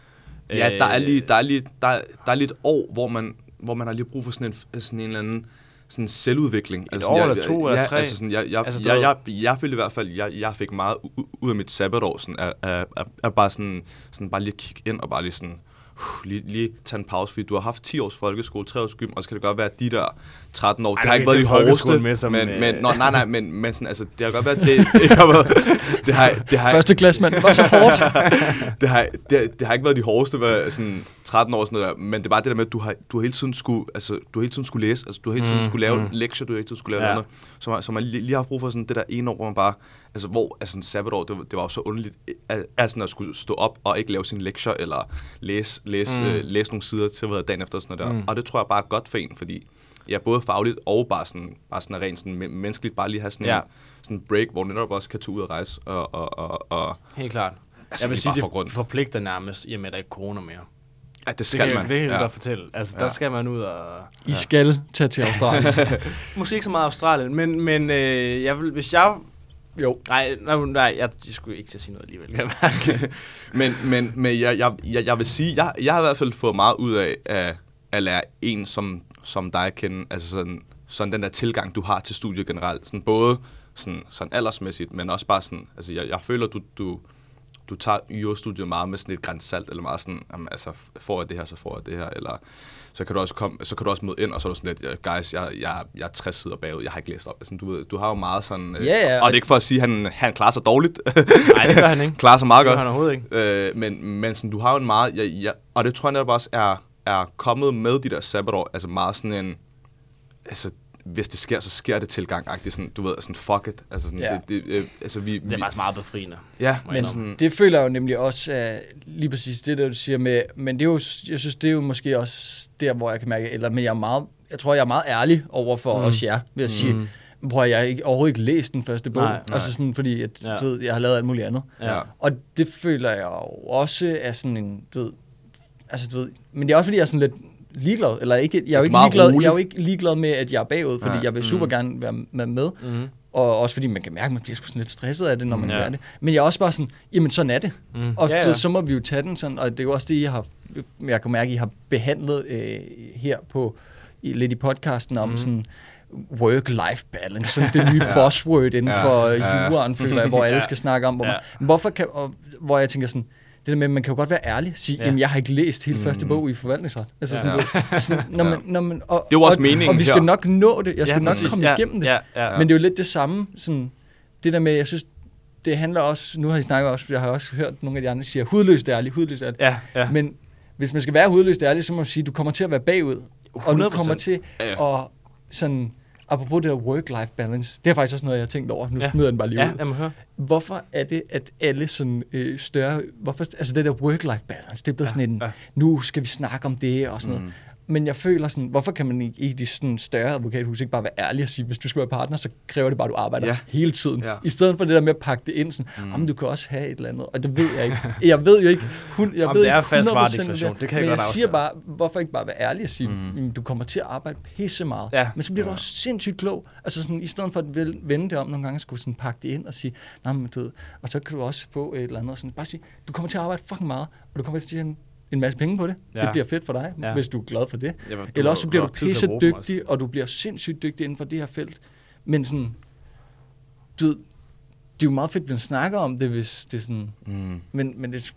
Ja, der er lige, der er lige, der er, der er lige et år, hvor man, hvor man har lige brug for sådan en, sådan en eller anden sådan selvudvikling. Et år jeg, eller to jeg, eller ja, tre? Altså sådan, jeg, jeg, Altså, altså, jeg, jeg, jeg, jeg følte i hvert fald, jeg, jeg fik meget u- ud af mit sabbatår, sådan, at, at, at, at bare sådan, sådan bare lige at kigge ind og bare lige sådan, uh, lige, lige tage en pause, fordi du har haft ti års folkeskole, tre års gym, og så kan det godt være, at de der tretten år, Ej, det har ikke været de hårdeste, med, som, men, øh... men, nå, nej, nej, men, men sådan, altså, det har godt været, det, det har været, det har, det har, første klasse, mand, var så hårdt. det, har, det, det har ikke været de hårdeste, hvad, sådan tretten år, sådan noget der, men det er bare det der med, at du har, du har hele tiden skulle, altså, du har hele tiden skulle læse, altså, du har hele tiden Mm, skulle lave mm. lektier, du har hele tiden skulle lave Ja. noget, som, som man lige, lige har haft brug for sådan det der ene år, hvor man bare, altså, hvor, altså, en sabbatår, det, det var jo så underligt, at, at, sådan at skulle stå op og ikke lave sine lektier, eller læse, læse, Mm. øh, læse nogle sider til, hvad dagen efter, sådan noget der, Mm. og det tror jeg bare er godt for en, fordi ja, både fagligt og bare sådan, bare sådan rent sådan men- menneskeligt, bare lige have sådan Ja. en sådan en break, hvor netop også kan tage ud og rejse, og, og, og, og Helt klart. altså, Jeg vil egentlig sige, bare det for grund. forpligter nærmest, i og med, at der ikke er corona mere. Ja, det Det skal kan, man. det kan jeg ja. godt fortælle. Altså, Ja. der skal man ud og... I skal tage til Australien. Måske ikke så meget Australien, men, men øh, jeg vil, hvis jeg... Jo. Nej, nej, nej jeg, jeg skulle ikke til at sige noget alligevel, kan jeg mærke. men men, men jeg, jeg, jeg, jeg vil sige, jeg, jeg har i hvert fald fået meget ud af at, at lære en som, som dig at kende. Altså sådan, sådan den der tilgang, du har til studiet generelt. Sådan både sådan, sådan aldersmæssigt, men også bare sådan... Altså jeg, jeg føler, du... du du tager jurastudiet meget med sådan et græns salt, eller meget sådan, jamen, altså, får jeg det her, så får jeg det her, eller så kan du også komme, så kan du også møde ind, og så er du sådan lidt, guys, jeg, jeg, jeg er tres sider bagud, jeg har ikke læst op. Altså, du, ved, du har jo meget sådan, øh, Ja, ja, og det er ikke for at sige, at han, han klarer sig dårligt. Nej, det gør han ikke. klarer sig meget Det gør godt. han overhovedet ikke. Øh, men, men sådan, du har jo en meget, jeg, jeg, og det tror jeg netop også er, er kommet med de der sabbatår, altså meget sådan en, altså, hvis det sker, så sker det tilgang-agtigt, sådan, du ved, sådan, fuck it. Altså, sådan, Ja. det, det, øh, altså, vi, Det er faktisk meget befriende. ja, må jeg Men indrømme. sådan, det føler jeg jo nemlig også, at lige præcis det, der du siger med, men det er jo, jeg synes, det er jo måske også der, hvor jeg kan mærke, eller, men jeg er meget, jeg tror, jeg er meget ærlig over for Mm. os jer, ved at sige, Mm. prøv at jeg har ikke, overhovedet ikke læst den første bog, Nej, og så sådan, fordi at, Ja. du ved, jeg har lavet alt muligt andet. Ja. Og det føler jeg jo også er sådan en, du ved, altså du ved, men det er også fordi, jeg er sådan lidt ligeglad, eller ikke, jeg er jo ikke Meget ligeglad, rolig. jeg er jo ikke ligeglad med, at jeg er bagud, fordi Nej. jeg vil super gerne være med, med Mm. og også fordi man kan mærke, at man bliver sgu sådan lidt stresset af det, når man Ja. gør det. Men jeg er også bare sådan, jamen sådan er det. Mm. Og Ja, så, ja. så må vi jo tage den sådan, og det er jo også det, jeg har, jeg kan mærke, I har behandlet øh, her på, i, lidt i podcasten om Mm. sådan work-life balance, sådan det nye Ja. buzzword inden Ja, for ja. juraen, føler jeg, hvor alle Ja. skal snakke om, hvor, Ja. man, hvorfor kan, og, hvor jeg tænker sådan, det der med, at man kan jo godt være ærlig, sige, Ja. jamen jeg har ikke læst hele Mm. første bog i forvaltningsret. Altså Ja. sådan, du, sådan når man, når man, og, Det er jo også og, meningen og vi skal her. nok nå det, jeg skal Ja, nok præcis. komme Ja, igennem det. Ja, ja. Men det er jo lidt det samme, sådan, det der med, jeg synes, det handler også, nu har I snakket også, jeg har også hørt nogle af de andre sige, hudløst ærlig, hudløst ærlig. Ja, ja. Men hvis man skal være hudløst ærlig, så må man sige, du kommer til at være bagud, og du hundrede kommer procent. til Ja. at sådan, apropos det der work-life balance, det er faktisk også noget, jeg har tænkt over, nu Ja. smider jeg den bare lige Ja, ud. jeg må høre. Hvorfor er det, at alle sådan øh, større, hvorfor, altså det der work-life balance, det er blevet Ja, sådan en, ja. nu skal vi snakke om det og sådan noget. Mm. Men jeg føler sådan, hvorfor kan man ikke i de sådan større advokathus ikke bare være ærlig og sige, hvis du skal være partner, så kræver det bare, at du arbejder Ja. hele tiden. Ja. I stedet for det der med at pakke det ind sådan, Mm. om du kan også have et eller andet. Og det ved jeg ikke. Jeg ved jo ikke, hun, jeg Om ved det er ikke fast hundrede procent varedeklaration, af det kan jeg men godt jeg siger afsløre. bare, hvorfor ikke bare være ærlig og sige, Mm. mm. du kommer til at arbejde pisse meget. Ja. Men så bliver du Ja. også sindssygt klog. Altså sådan, i stedet for at vel- vende det om nogle gange, skulle sådan pakke det ind og sige, nej, men du ved, og så kan du også få et eller andet. Og sådan, bare sige, du kommer til at arbejde fucking meget, og du kommer til at tjene en masse penge på det. Ja. Det bliver fedt for dig, Ja. hvis du er glad for det. Jamen, du Eller har- også så bliver har du tid til at pisse bruge dem dygtig, også. og du bliver sindssygt dygtig inden for det her felt. Men sådan, du ved, det er jo meget fedt, at man snakker om det, hvis det er sådan, Mm. men, men det,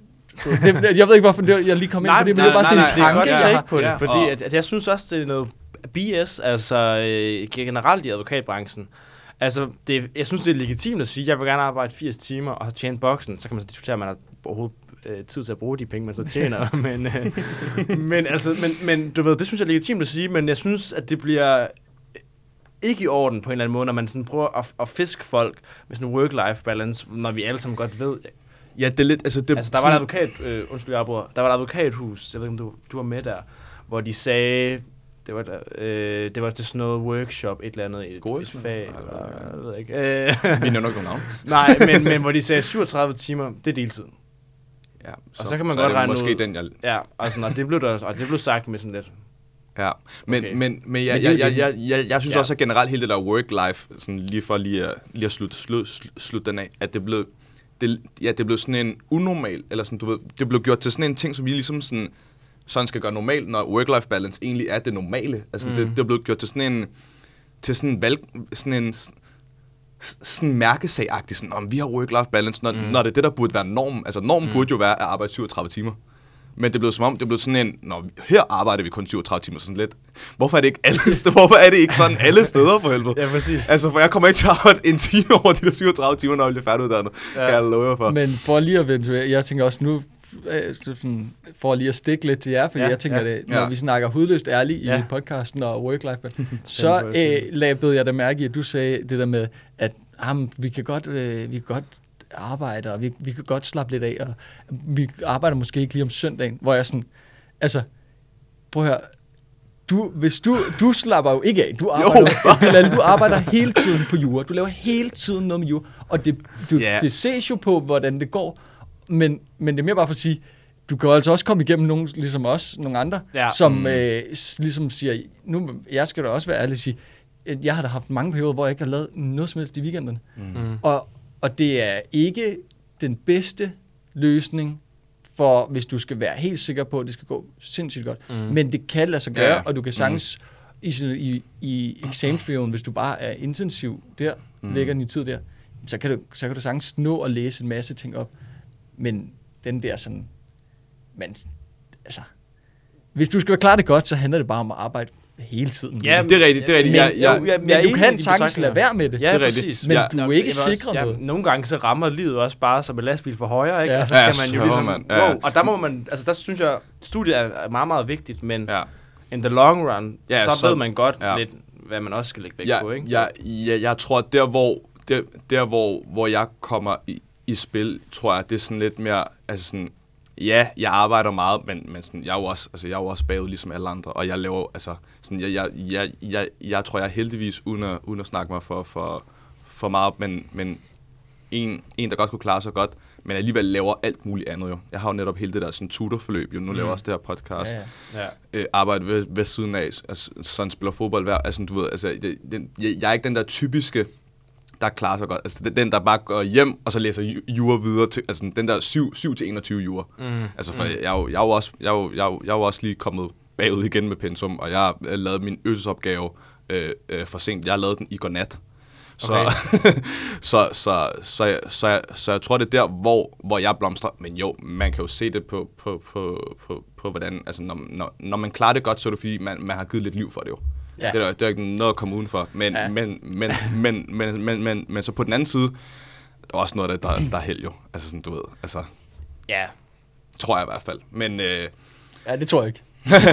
du ved, det, jeg ved ikke, hvorfor det, jeg lige kom ind på det, men det er bare sådan en nej, det er tanke, godt, jeg jeg har. ikke på det, Ja, fordi og- at, at jeg synes også, det er noget B S, altså øh, generelt i advokatbranchen. Altså, det, jeg synes, det er legitimt at sige, at jeg vil gerne arbejde firs timer og tjene boksen. Så kan man så diskutere, om man har overhovedet øh, tid til at bruge de penge, man så tjener. men, øh, men, altså, men, men du ved, det synes jeg er legitimt at sige, men jeg synes, at det bliver ikke i orden på en eller anden måde, når man sådan prøver at, at fiske folk med sådan en work-life balance, når vi alle sammen godt ved. Ja, det er lidt... Altså, det, altså der var et advokat... Øh, undskyld, jeg bruger. Der var et advokathus, jeg ved ikke, om du, du var med der, hvor de sagde... Det var, der, øh, det var det sådan noget workshop, et eller andet, et, et fag, eller, jeg ved ikke. Øh, vi nævner ikke nogen navn. Nej, men, men hvor de sagde syvogtredive timer, det er deltid. Ja, så, og så kan man så godt regne måske ud. Den, jeg... Ja, og, sådan, og, det blev der, og det blev sagt med sådan lidt. Ja, men, okay. men, men jeg, jeg, jeg, jeg, jeg, jeg synes ja. også, at generelt hele det der work-life, sådan lige for lige at, lige at slutte slut, slut den af, at det blev, det, ja, det blev sådan en unormal, eller sådan, du ved, det blev gjort til sådan en ting, som vi ligesom sådan, sådan skal gøre normalt, når work-life balance egentlig er det normale. Altså, mm. det, det blev gjort til sådan en, til sådan en valg, sådan en, sådan mærkesag-agtig, sådan, om vi har work-life balance, når, mm. når det er det, der burde være normen. Altså, normen mm. burde jo være at arbejde syvogtredive timer. Men det blev som om, det blev sådan en, når her arbejder vi kun syvogtredive timer, sådan lidt. Hvorfor er det ikke alle steder? Hvorfor er det ikke sådan alle steder for helvede? Ja, præcis. Altså, for jeg kommer ikke til at arbejde en time over de der syvogtredive timer, når jeg bliver færdiguddannet. Ja. Kan jeg love jer for. Men for lige at vende tilbage, jeg tænker også nu, for lige at stikke lidt til jer, fordi ja, jeg tænker, ja. det, når ja. vi snakker hudløst ærligt ja. i podcasten og work-life, så øh, lagde jeg da mærke i, at du sagde det der med, at jamen, vi kan godt, øh, vi kan godt arbejde, og vi, vi kan godt slappe lidt af, og vi arbejder måske ikke lige om søndagen, hvor jeg sådan, altså, prøv at høre, du, hvis du, du slapper jo ikke af, du arbejder, Bilal, du arbejder hele tiden på jura, du laver hele tiden noget med jura, og det, du, yeah. det ses jo på, hvordan det går, men, men det er mere bare for at sige, du kan altså også komme igennem nogen, ligesom os, nogle andre, ja. som mm. øh, ligesom siger, nu, jeg skal da også være ærlig og sige, jeg har da haft mange perioder, hvor jeg ikke har lavet noget som helst i weekenden, mm. og Og det er ikke den bedste løsning for, hvis du skal være helt sikker på, at det skal gå sindssygt godt. Mm. Men det kan lade sig gøre, ja. og du kan sagtens mm. i, i, i eksamensperioden, hvis du bare er intensiv der, mm. lægger din tid der, så kan, du, så kan du sagtens nå at læse en masse ting op. Men den der sådan... Men, altså, hvis du skal klare det godt, så handler det bare om at arbejde hele tiden. Ja, det er rigtigt. Det er rigtigt. Men, jeg, jeg, jeg, men jeg du kan sagtens lade være med det. Ja, det er præcis. Men ja. du er ikke sikret ja, noget. Nogle gange så rammer livet også bare som en lastbil for højre, ikke? Ja. Og så skal ja, man jo ligesom... Man. Ja. Wow, og der må man... Altså, der synes jeg, studiet er meget, meget vigtigt, men ja. in the long run, ja, så, så ved man godt ja. lidt, hvad man også skal lægge væk ja, på, ikke? Ja, ja, jeg tror, der hvor, der, der, hvor, hvor jeg kommer i, i spil, tror jeg, det er sådan lidt mere... Altså sådan, ja, jeg arbejder meget, men, men sådan, jeg er jo også, altså, jeg er jo også bagud ligesom alle andre, og jeg laver, altså, sådan, jeg, jeg, jeg, jeg, jeg tror, jeg er heldigvis, uden at, uden at snakke mig for, for, for meget, men, men en, en, der godt kunne klare sig godt, men alligevel laver alt muligt andet jo. Jeg har jo netop hele det der sådan tutorforløb, jo, nu mm. laver jeg også det her podcast, ja, ja. Øh, arbejde ved, ved siden af, altså, sådan spiller fodbold hver, altså, du ved, altså, det, den, jeg, jeg er ikke den der typiske, der klarer sig godt. Altså den, der bare går hjem, og så læser jura videre til, altså den der syv til enogtyve jura. Mm. Altså for mm. jeg, jeg, jeg, er jo også, jeg, er jo, jeg, er jo, jeg er jo også lige kommet bagud igen med pensum, og jeg har lavet min øvelsesopgave øh, øh, for sent. Jeg har lavet den i går nat. Så, okay. så, så, så, så, jeg, så, jeg, så jeg tror, det er der, hvor, hvor jeg blomstrer. Men jo, man kan jo se det på, på, på, på, på hvordan, altså når, når, når man klarer det godt, så er det fordi, man, man har givet lidt liv for det jo. Ja. Det, er der, det er ikke noget at komme udenfor. Men, ja. men, men, men, men, men, men, men så på den anden side, der er også noget af det, der, der er held jo. Altså sådan, du ved, altså... Ja. Tror jeg i hvert fald. Men... Øh... Ja, det tror jeg ikke.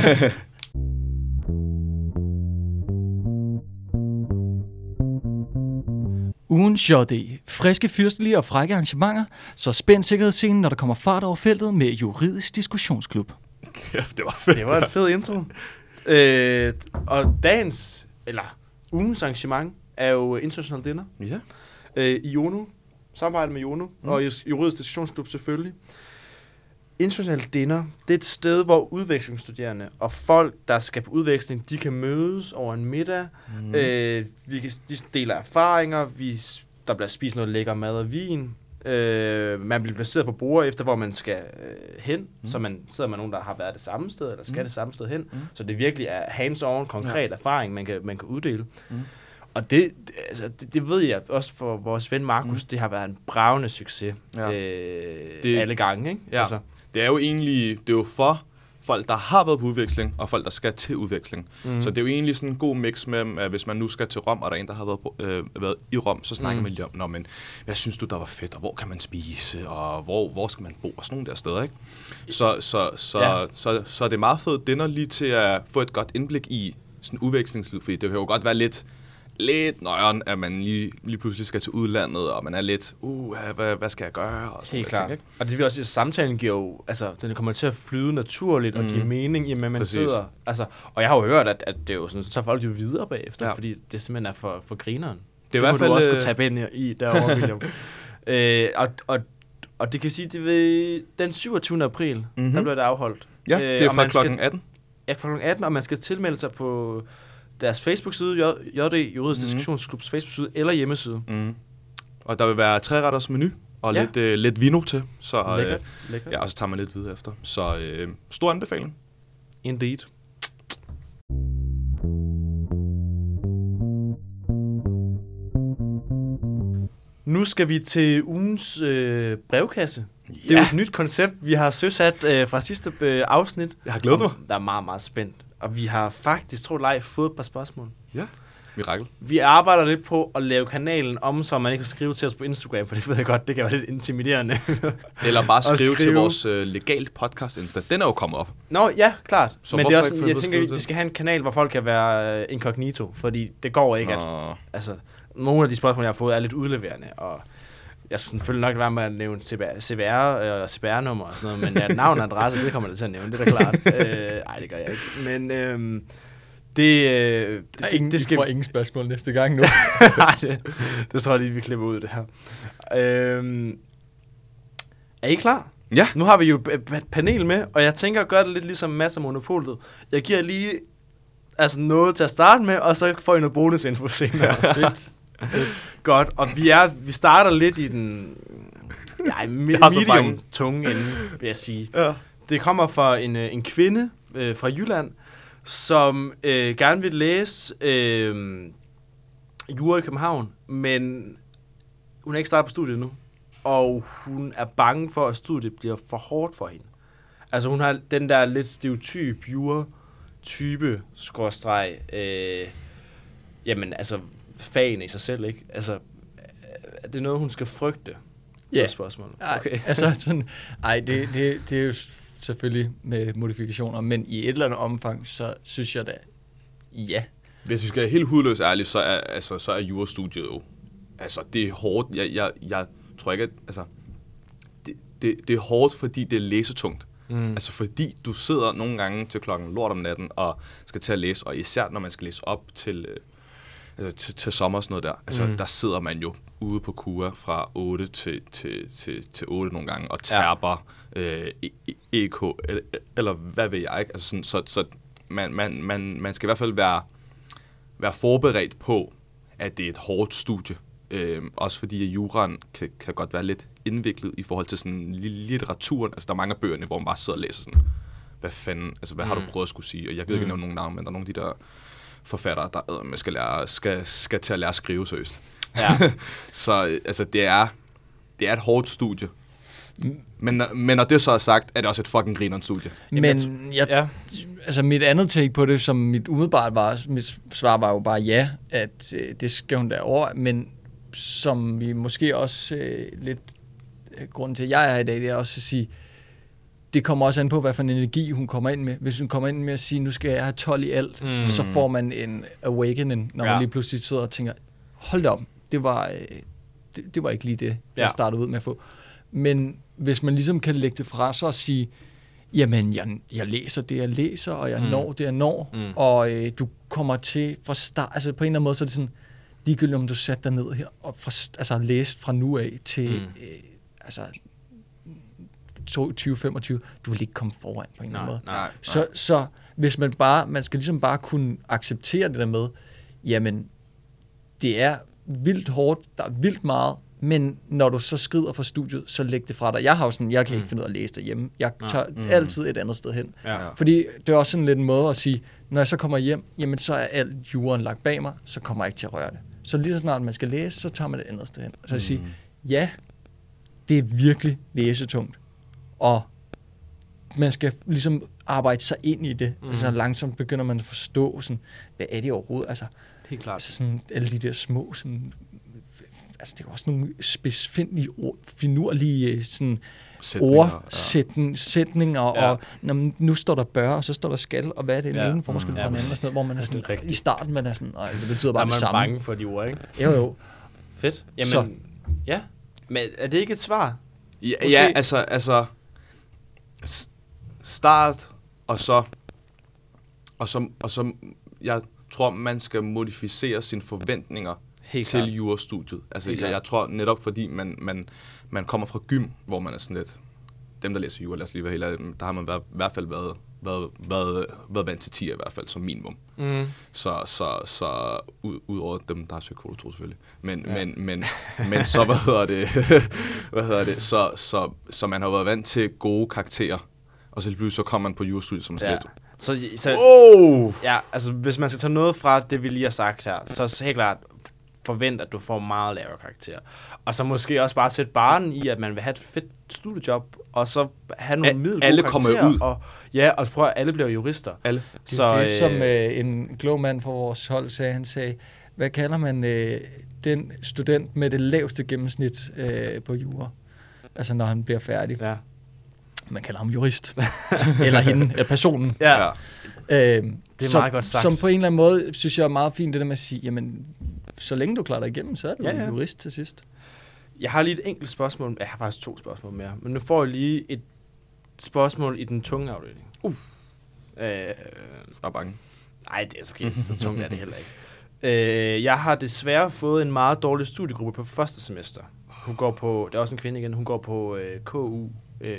Ugens J D. Friske, fyrstelige og frække arrangementer, så spænd sikkerhedsscenen, når der kommer fart over feltet med Juridisk Diskussionsklub. Ja, det var fedt. Det var en fed intro. Øh, og dagens, eller ugens arrangement, er jo International Dinner. Ja. Øh, I Jono, samarbejde med Jono, mm. og Juridisk Diskussionsklub selvfølgelig. International Dinner, det er et sted, hvor udvekslingsstuderende og folk, der skal på udveksling, de kan mødes over en middag. Mm. Øh, vi kan, de deler erfaringer, vi, der bliver spist noget lækker mad og vin. Øh, man bliver placeret på bord efter, hvor man skal øh, hen, mm. så man sidder med nogen, der har været det samme sted, eller skal mm. det samme sted hen. Mm. Så det virkelig er hands-on, konkret ja. erfaring, man kan, man kan uddele. Mm. Og det, det, altså, det, det ved jeg også for vores ven Markus, mm. det har været en bravende succes ja. øh, det, alle gange, ikke? Ja. Altså. Det er jo egentlig, det er jo for, folk, der har været på udveksling, og folk, der skal til udveksling. Mm. Så det er jo egentlig sådan en god mix med, at hvis man nu skal til Rom, og der er en, der har været, på, øh, været i Rom, så snakker mm. man lige om, Nå, men hvad synes du, der var fedt, og hvor kan man spise, og hvor, hvor skal man bo, og sådan nogle der steder, ikke? Så, så, så, ja. så, så, så er det meget fedt dinner lige til at få et godt indblik i sådan udvekslingsliv, fordi det kan jo godt være lidt lidt nøjeren, at man lige, lige pludselig skal til udlandet, og man er lidt, uh, hvad, hvad skal jeg gøre? Og sådan helt klart. Ting, ikke? Og det vil også, samtalen giver jo, altså, den kommer til at flyde naturligt, og mm. give mening, i med man Præcis. sidder. Altså, og jeg har jo hørt, at, at det er jo sådan, så tager folk jo videre bagefter, ja. fordi det simpelthen er for, for grineren. Det er i hvert fald... du også kunne tabe ind i derovre, William. øh, og, og, og det kan sige, det ved den syvogtyvende april, mm-hmm. der bliver det afholdt. Ja, det er fra klokken atten. Ja, klokken atten, og man skal tilmelde sig på deres Facebook-side, J D Juridisk mm. Diskussionsklubs Facebook-side, eller hjemmeside. Mm. Og der vil være tre retters menu, og ja. lidt, øh, lidt vino til. Så, lækkert, øh, lækkert. Ja, og så tager man lidt videre efter. Så øh, stor anbefaling. Indeed. Nu skal vi til ugens øh, brevkasse. Ja. Det er jo et nyt koncept, vi har søsat øh, fra sidste øh, afsnit. Jeg har glædet mig. Der er meget, meget spændt. Og vi har faktisk, tror jeg, fået et par spørgsmål. Ja, mirakel. Vi arbejder lidt på at lave kanalen om, så man ikke kan skrive til os på Instagram, for det ved jeg godt, det kan være lidt intimiderende. Eller bare skrive, skrive til vores uh, legalt podcast Insta. Den er jo kommet op. Nå, ja, klart. Så men det er også, jeg tænker, at vi skal have en kanal, hvor folk kan være uh, incognito, fordi det går ikke, Nå. at... Altså, nogle af de spørgsmål, jeg har fået, er lidt udleverende, og jeg skal selvfølgelig nok være med at nævne C V R og C P R-nummer og sådan noget, men ja, navn og adresse, det kommer jeg til at nævne, det er da klart. øh, ej, det gør jeg ikke. Men øh, det, øh, det, ingen, det skal... får ingen spørgsmål næste gang nu. Nej, det, det tror jeg lige, vi klipper ud, det her. Øh, er I klar? Ja. Nu har vi jo et panel med, og jeg tænker at gøre det lidt ligesom Mads af Monopolet. Jeg giver lige altså noget til at starte med, og så får I noget bonusinfo senere. Fedt. Godt, og vi er vi starter lidt i den ja, medium tunge ende, vil jeg sige. Ja. Det kommer fra en, en kvinde øh, fra Jylland, som øh, gerne vil læse øh, jura i København, men hun er ikke startet på studiet nu, og hun er bange for, at studiet bliver for hårdt for hende. Altså hun har den der lidt stereotyp jura-type, skråstreg, øh, jamen altså fagene i sig selv, ikke? Altså, er det noget, hun skal frygte? Ja. Yeah. Spørgsmål. Okay. Altså sådan, ej, det, det, det er jo selvfølgelig med modifikationer, men i et eller andet omfang, så synes jeg da, ja. Hvis vi skal være helt hudløst ærligt, så er, altså, så er jurastudiet jo, altså, det er hårdt. Jeg, jeg, jeg tror ikke, at, altså, det, det, det er hårdt, fordi det er læsetungt. Mm. Altså, fordi du sidder nogle gange til klokken lort om natten, og skal til at læse, og især når man skal læse op til... Altså til, til sommer og sådan noget der. Altså, mm. der sidder man jo ude på kura fra otte til, til, til, til otte nogle gange, og terper ja. øh, E K, eller, eller hvad ved jeg ikke. Altså sådan, så så man, man, man, man skal i hvert fald være, være forberedt på, at det er et hårdt studie. Øh, også fordi at juraen kan, kan godt være lidt indviklet i forhold til sådan litteraturen. Altså, der er mange af bøgerne, hvor man bare sidder og læser sådan, hvad fanden, altså hvad mm. har du prøvet at skulle sige? Og jeg kan ikke mm. nævne nogen navn, men der er nogle af de der forfattere, der øh, skal, lære, skal, skal til at lære at skrive seriøst. Ja. Så altså, det er, det er et hårdt studie. Mm. Men, men når det så er sagt, er det også et fucking grineren studie. Men jeg, ja. altså mit andet take på det, som mit umiddelbart var, mit svar var jo bare ja, at øh, det skal hun derovre, men som vi måske også øh, lidt øh, grunden til, at jeg er her i dag, det er også at sige, det kommer også an på, hvad for en energi hun kommer ind med. Hvis hun kommer ind med at sige, nu skal jeg have tolv i alt, mm. så får man en awakening, når ja. man lige pludselig sidder og tænker, hold da op, det var, det, det var ikke lige det, jeg ja. startede ud med at få. Men hvis man ligesom kan lægge det fra sig og sige, jamen, jeg, jeg læser det, jeg læser, og jeg mm. når det, jeg når, mm. og øh, du kommer til fra start, altså på en eller anden måde, så er det sådan, ligegyldigt om du sætter dig ned her, og fra, altså læst fra nu af til, mm. øh, altså, tyve femogtyve, du vil ikke komme foran på en eller anden måde. Nej, nej. Så, så hvis man bare, man skal ligesom bare kunne acceptere det der med, jamen, det er vildt hårdt, der er vildt meget, men når du så skrider fra studiet, så læg det fra dig. Jeg har jo sådan, jeg kan mm. ikke finde ud af at læse derhjemme. Jeg tager mm. altid et andet sted hen. Ja. Fordi det er også sådan lidt en måde at sige, når jeg så kommer hjem, jamen så er alt juraen lagt bag mig, så kommer jeg ikke til at røre det. Så lige så snart man skal læse, så tager man det andet sted hen. Så jeg siger, ja, det er virkelig læsetungt. Og man skal ligesom arbejde sig ind i det. Mm. Altså langsomt begynder man at forstå, sådan, hvad er det overhovedet? Altså, Helt klart. altså sådan alle de der små, sådan, altså det er også nogle spidsfindige ord, finurlige sådan, ordsætninger, ja. Ja. og når, nu står der bør, og så står der skal, og hvad er det den Ja. ene forskel Mm. fra den Ja, anden, og sådan noget, hvor man er det er sådan, rigtigt. i starten man er sådan, nej, det betyder Der bare er det man samme. bange for de ord, ikke? Jo, jo. Fedt. Jamen, Så. ja. Men er det ikke et svar? Ja, Måske. ja, altså, altså s- start, og så, og så, og så, jeg tror, man skal modificere sine forventninger Helt til klart. jurastudiet. Altså, Helt jeg, klart. jeg tror netop, fordi man, man, man kommer fra gym, hvor man er sådan lidt, dem der læser jura, lad os lige være helt ærlige, der har man været, i hvert fald været, været, været, været vant til ti i hvert fald, som minimum. Mm. Så, så, så ud, ud over dem, der har søgt kvote to selvfølgelig. Men, Ja. ja. men, men, men så, hvad hedder det, hvad hedder det, så, så, så man har været vant til gode karakterer, og så lige pludselig så kommer man på jurastudiet som sådan Ja. lidt, Så, så oh! ja, altså hvis man skal tage noget fra det, vi lige har sagt her, så er det helt klart forvent, at du får meget lavere karakterer. Og så måske også bare sætte barren i, at man vil have et fedt studiejob, og så have nogle A- middelgode alle kommer karakterer. ud. Og, ja, og så prøv at alle bliver jurister. Alle. Det er Så, så, det, øh, som øh, en klog mand fra vores hold sagde. Han sagde, hvad kalder man øh, den student med det laveste gennemsnit øh, på jura? Altså når han bliver færdig. Ja. Man kalder ham jurist. eller hende, eller personen. Ja. Ja. Øh, Det er som, meget godt sagt. Som på en eller anden måde, synes jeg er meget fint det der med at sige, jamen, så længe du klarer dig igennem, så er du Ja, ja, ja. ja. jurist til sidst. Jeg har lige et enkelt spørgsmål. Jeg har faktisk to spørgsmål mere. Men nu får jeg lige et spørgsmål i den tunge afdeling. Uh. Øh, Jeg er bange. nej, det er okay. Så tungt er det heller ikke. Øh, jeg har desværre fået en meget dårlig studiegruppe på første semester. Hun går på, det er også en kvinde igen, hun går på øh, K U. Øh,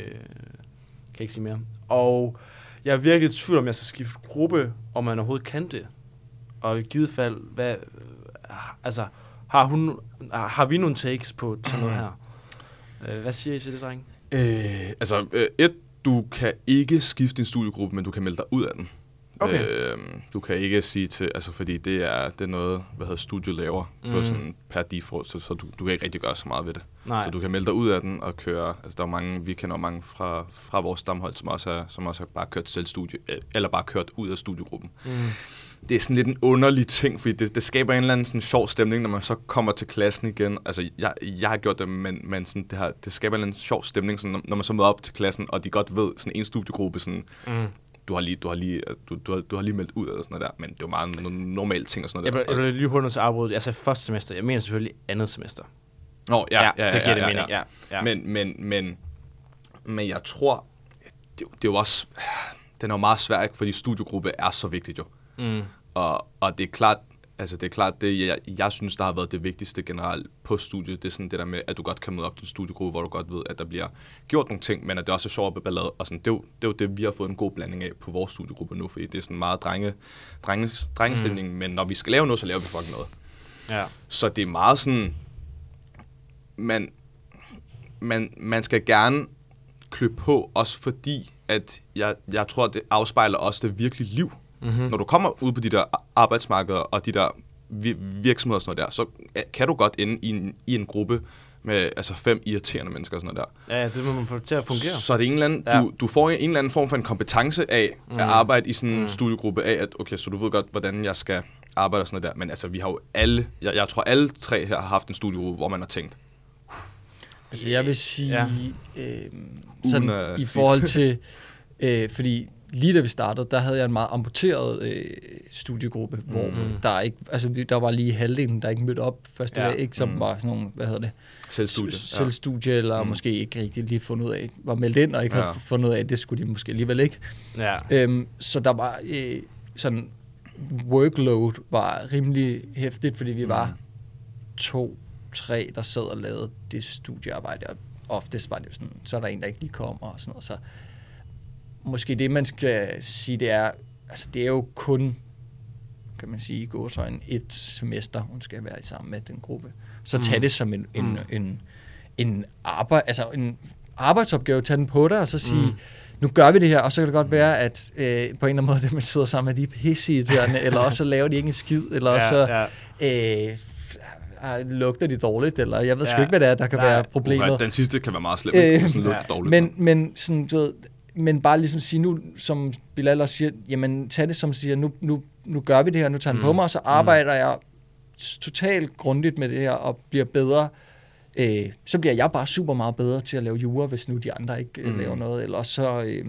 kan ikke sige mere. Og jeg er virkelig i tvivl om, jeg skal skifte gruppe, om man overhovedet kan det. Og i givet fald, hvad, øh, altså, har, hun, har vi nogle takes på sådan noget her? Øh, hvad siger I til det, drenge? Øh, altså, øh, et, du kan ikke skifte din studiegruppe, men du kan melde dig ud af den. Okay. Øh, du kan ikke sige til, altså fordi det er, det er noget, hvad hedder studiet laver mm. på sådan per default, så, så du, du kan ikke rigtig gøre så meget ved det. Nej. Så du kan melde dig ud af den og køre, altså der er mange, vi kender mange fra, fra vores stamhold, som også, er, som også har bare kørt selvstudie, eller bare kørt ud af studiegruppen. Mm. Det er sådan lidt en underlig ting, fordi det, det skaber en eller anden sådan sjov stemning, når man så kommer til klassen igen. Altså, jeg, jeg har gjort det, men, men sådan, det, her, det skaber en eller anden sjov stemning, sådan, når, når man så møder op til klassen, og de godt ved, sådan en studiegruppe, sådan, Mm. du har lige, du har lige, du, du, har, du har lige meldt ud af sådan noget der, men det er jo meget no- normale ting og sådan Jeg, noget jeg der. blev lige hurtigt til at afbryde. Jeg sagde første semester. Jeg mener selvfølgelig andet semester. Nå, ja, ja, ja, så giver ja, det ja, mening. ja. Ja, ja. Men, men, men, men jeg tror, det, det er jo også, den er jo meget svær, ikke? Fordi studiegruppe er så vigtigt jo. Mm. Og, og det er klart, altså det er klart, det jeg, jeg synes, der har været det vigtigste generelt på studiet, det er sådan det der med, at du godt kan møde op til en studiegruppe, hvor du godt ved, at der bliver gjort nogle ting, men at det også er sjovt med ballade. Og sådan, det, er jo, det er jo det, vi har fået en god blanding af på vores studiegruppe nu, fordi det er sådan meget drenge, drenge, drengestemning, mm. men når vi skal lave noget, så laver vi fucking noget. Ja. Så det er meget sådan, man, man, man skal gerne klø på, også fordi, at jeg, jeg tror, det afspejler også det virkelige liv. Mm-hmm. Når du kommer ud på de der arbejdsmarkeder og de der virksomheder og sådan noget der, så kan du godt ende i en, i en gruppe med altså fem irriterende mennesker og sådan noget der. Ja, det må man få til at fungere. Så er det en eller anden, Ja. du, du får en eller anden form for en kompetence af Mm. at arbejde i sådan en Mm. studiegruppe af, at okay, så du ved godt, hvordan jeg skal arbejde og sådan noget der. Men altså, vi har jo alle, jeg, jeg tror alle tre her har haft en studiegruppe, hvor man har tænkt, Altså jeg vil sige, Ja. ja. øh, sådan Uden at i sige- forhold til, øh, fordi lige da vi startede, der havde jeg en meget amputeret øh, studiegruppe, mm. hvor Mhm. der ikke, altså vi- der var lige halvdelen, der ikke mødte op første Ja. dag, ikke, som Mm. var sådan nogle, hvad hedder det, selvstudie. S- selvstudie, eller Mm. måske ikke rigtig lige fundet ud af, var meldt ind, og ikke Ja. havde fundet ud af, at det skulle de måske alligevel ikke. Ja. Øhm, så der var øh, sådan, workload var rimelig hæftigt, fordi vi var to, tre, der sad og lavede det studiearbejde, og oftest var det jo sådan, så er der en, der ikke lige kommer, og sådan noget, så måske det, man skal sige, det er, altså det er jo kun, kan man sige, i gåseøjne, et semester, hun skal være sammen med den gruppe. Så tag Mm. det som en, en, Mm. en, en, arbejde, altså en arbejdsopgave, tag den på dig, og så sige, Mm. nu gør vi det her, og så kan det godt være, at øh, på en eller anden måde, det man sidder sammen med, de er pisseirriterende, eller også så laver de ikke en skid, eller også så ja. øh, f- ah, lugter de dårligt, eller jeg ved sgu Ja. ikke, hvad det er, der kan Nej. være problemet. Uha, den sidste kan være meget slem, ikke? Øh, Sådan lidt ja. dårligt. Men, men sådan, du ved, men bare ligesom sige nu, som Bilal også siger, jamen tag det som siger, nu, nu, nu gør vi det her, nu tager den mm. på mig, og så arbejder mm. jeg totalt grundigt med det her, og bliver bedre. Øh, så bliver jeg bare super meget bedre til at lave jura, hvis nu de andre ikke mm. laver noget, eller så, øh,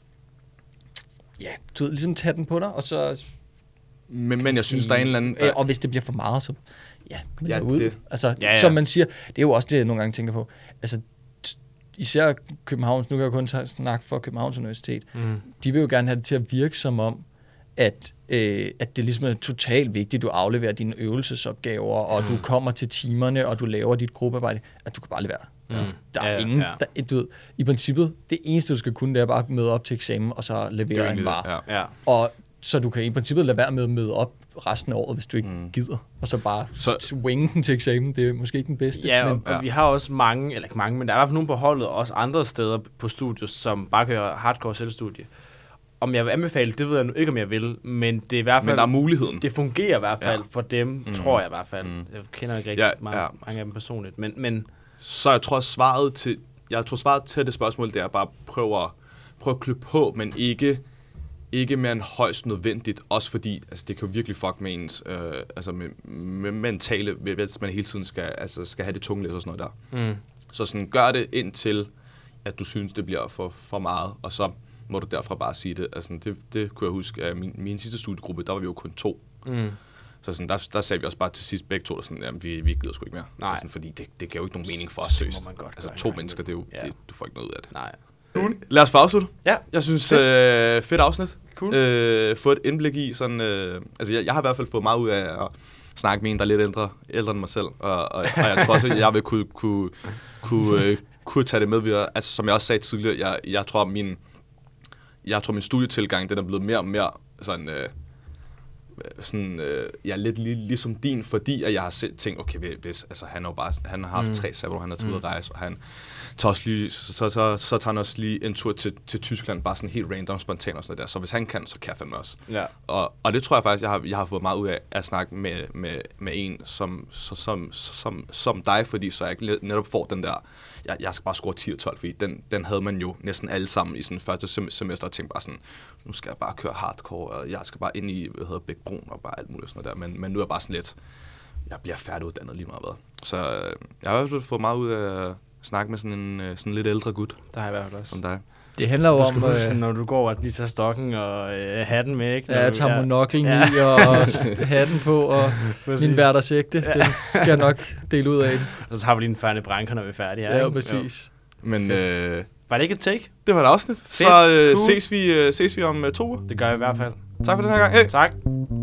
ja, du ved, ligesom tage den på dig, og så... Men, men jeg synes, der er en eller anden... Der... Og hvis det bliver for meget, så ja, ja ud. Det. Altså, ja, ja. som man siger, det er jo også det, jeg nogle gange tænker på. Altså, især Københavns, nu kan jeg kun snakke for Københavns Universitet, mm. de vil jo gerne have det til at virke som om, at, øh, at det ligesom er totalt vigtigt, at du afleverer dine øvelsesopgaver, og mm. du kommer til timerne, og du laver dit gruppearbejde, at du kan bare levere. Mm. Der er ja, ingen, ja. Der, du ved, i princippet, det eneste, du skal kunne, det er bare at møde op til eksamen, og så levere en vare. Ja. Ja. Og så du kan i princippet lade være med at møde op resten af året, hvis du ikke mm. gider, og så bare så, winge den til eksamen. Det er måske ikke den bedste. Ja, men, og, og vi har også mange, eller ikke mange, men der er i hvert fald nogle på holdet, og også andre steder på studiet, som bare kører hardcore selvstudie. Om jeg vil anbefale, det ved jeg nu ikke, om jeg vil, men det er i hvert fald... Men der er muligheden. Det fungerer i hvert fald ja. for dem, mm. tror jeg i hvert fald. Mm. Jeg kender ikke rigtig ja, mange, ja. mange af dem personligt, men, men... Så jeg tror, svaret til, jeg tror, svaret til det spørgsmål, det er bare at prøve at, prøve at klø på, men ikke... Ikke mere end højst nødvendigt, også fordi altså, det kan jo virkelig fuck med ens øh, altså med, med mentale, hvis man hele tiden skal, altså, skal have det tungelæs og sådan noget der. Mm. Så sådan, gør det indtil, at du synes, det bliver for, for meget, og så må du derfra bare sige det. Altså, det, det kunne jeg huske, at min, min sidste studiegruppe, der var vi jo kun to. Mm. Så sådan, der, der sagde vi også bare til sidst begge to, der sådan, jamen, vi, vi gider sgu ikke mere. Altså, fordi det, det giver jo ikke nogen mening for os seriøst. Altså to mennesker, det er jo, ja. det, du får ikke noget ud af det. Nej. Lad os få afslutte. Ja. Jeg synes, fedt, øh, fedt afsnit. Cool. Øh, få et indblik i sådan... Øh, altså, jeg, jeg har i hvert fald fået meget ud af at snakke med en, der er lidt ældre, ældre end mig selv. Og, og, og jeg tror også, at jeg vil kunne, kunne, kunne, øh, kunne tage det med videre. Altså, som jeg også sagde tidligere, jeg, jeg tror, min, jeg tror, min studietilgang, den er blevet mere og mere sådan... Øh, sådan, øh, jeg er lidt lig, ligesom din, fordi at jeg har selv tænkt, okay, hvis, altså, han har jo bare, han har haft mm. tre sabbatår, han har taget ud at rejse, og han tager også lige, så, så, så, så tager han også lige en tur til, til Tyskland, bare sådan helt random, spontan og sådan der, så hvis han kan, så kan jeg fandme også. Ja. Og, og det tror jeg faktisk, jeg har, jeg har fået meget ud af at snakke med, med, med en som, så, som, som, som dig, fordi så jeg netop får den der, jeg, jeg skal bare score ti og tolv, fordi den, den havde man jo næsten alle sammen i sådan første semester, og tænkte bare sådan, nu skal jeg bare køre hardcore, og jeg skal bare ind i, hvad hedder Bæk Brun, og bare alt muligt sådan noget der, men, men nu er jeg bare sådan lidt, jeg bliver færdiguddannet lige meget hvad. Så øh, jeg har i hvert fald fået meget ud af at snakke med sådan en sådan lidt ældre gut. Der har jeg i hvert fald også. Som dig. Det handler jo du om... Du skal huske, når du går, at lige tager stokken og øh, hatten med, ikke? Ja, jeg tager ja. monoklen ja. i og hatten på, og min hverdagssægte, ja. den skal jeg nok dele ud af. Og så har vi lige en færdig brænker, når vi er færdige. Ja, ja præcis. Jo. Men... Øh, var det ikke et take? Det var et afsnit. Fedt. Så øh, cool. ses, vi, øh, ses vi om øh, to uger. Det gør vi i hvert fald. Tak for den her gang. Hey. Tak.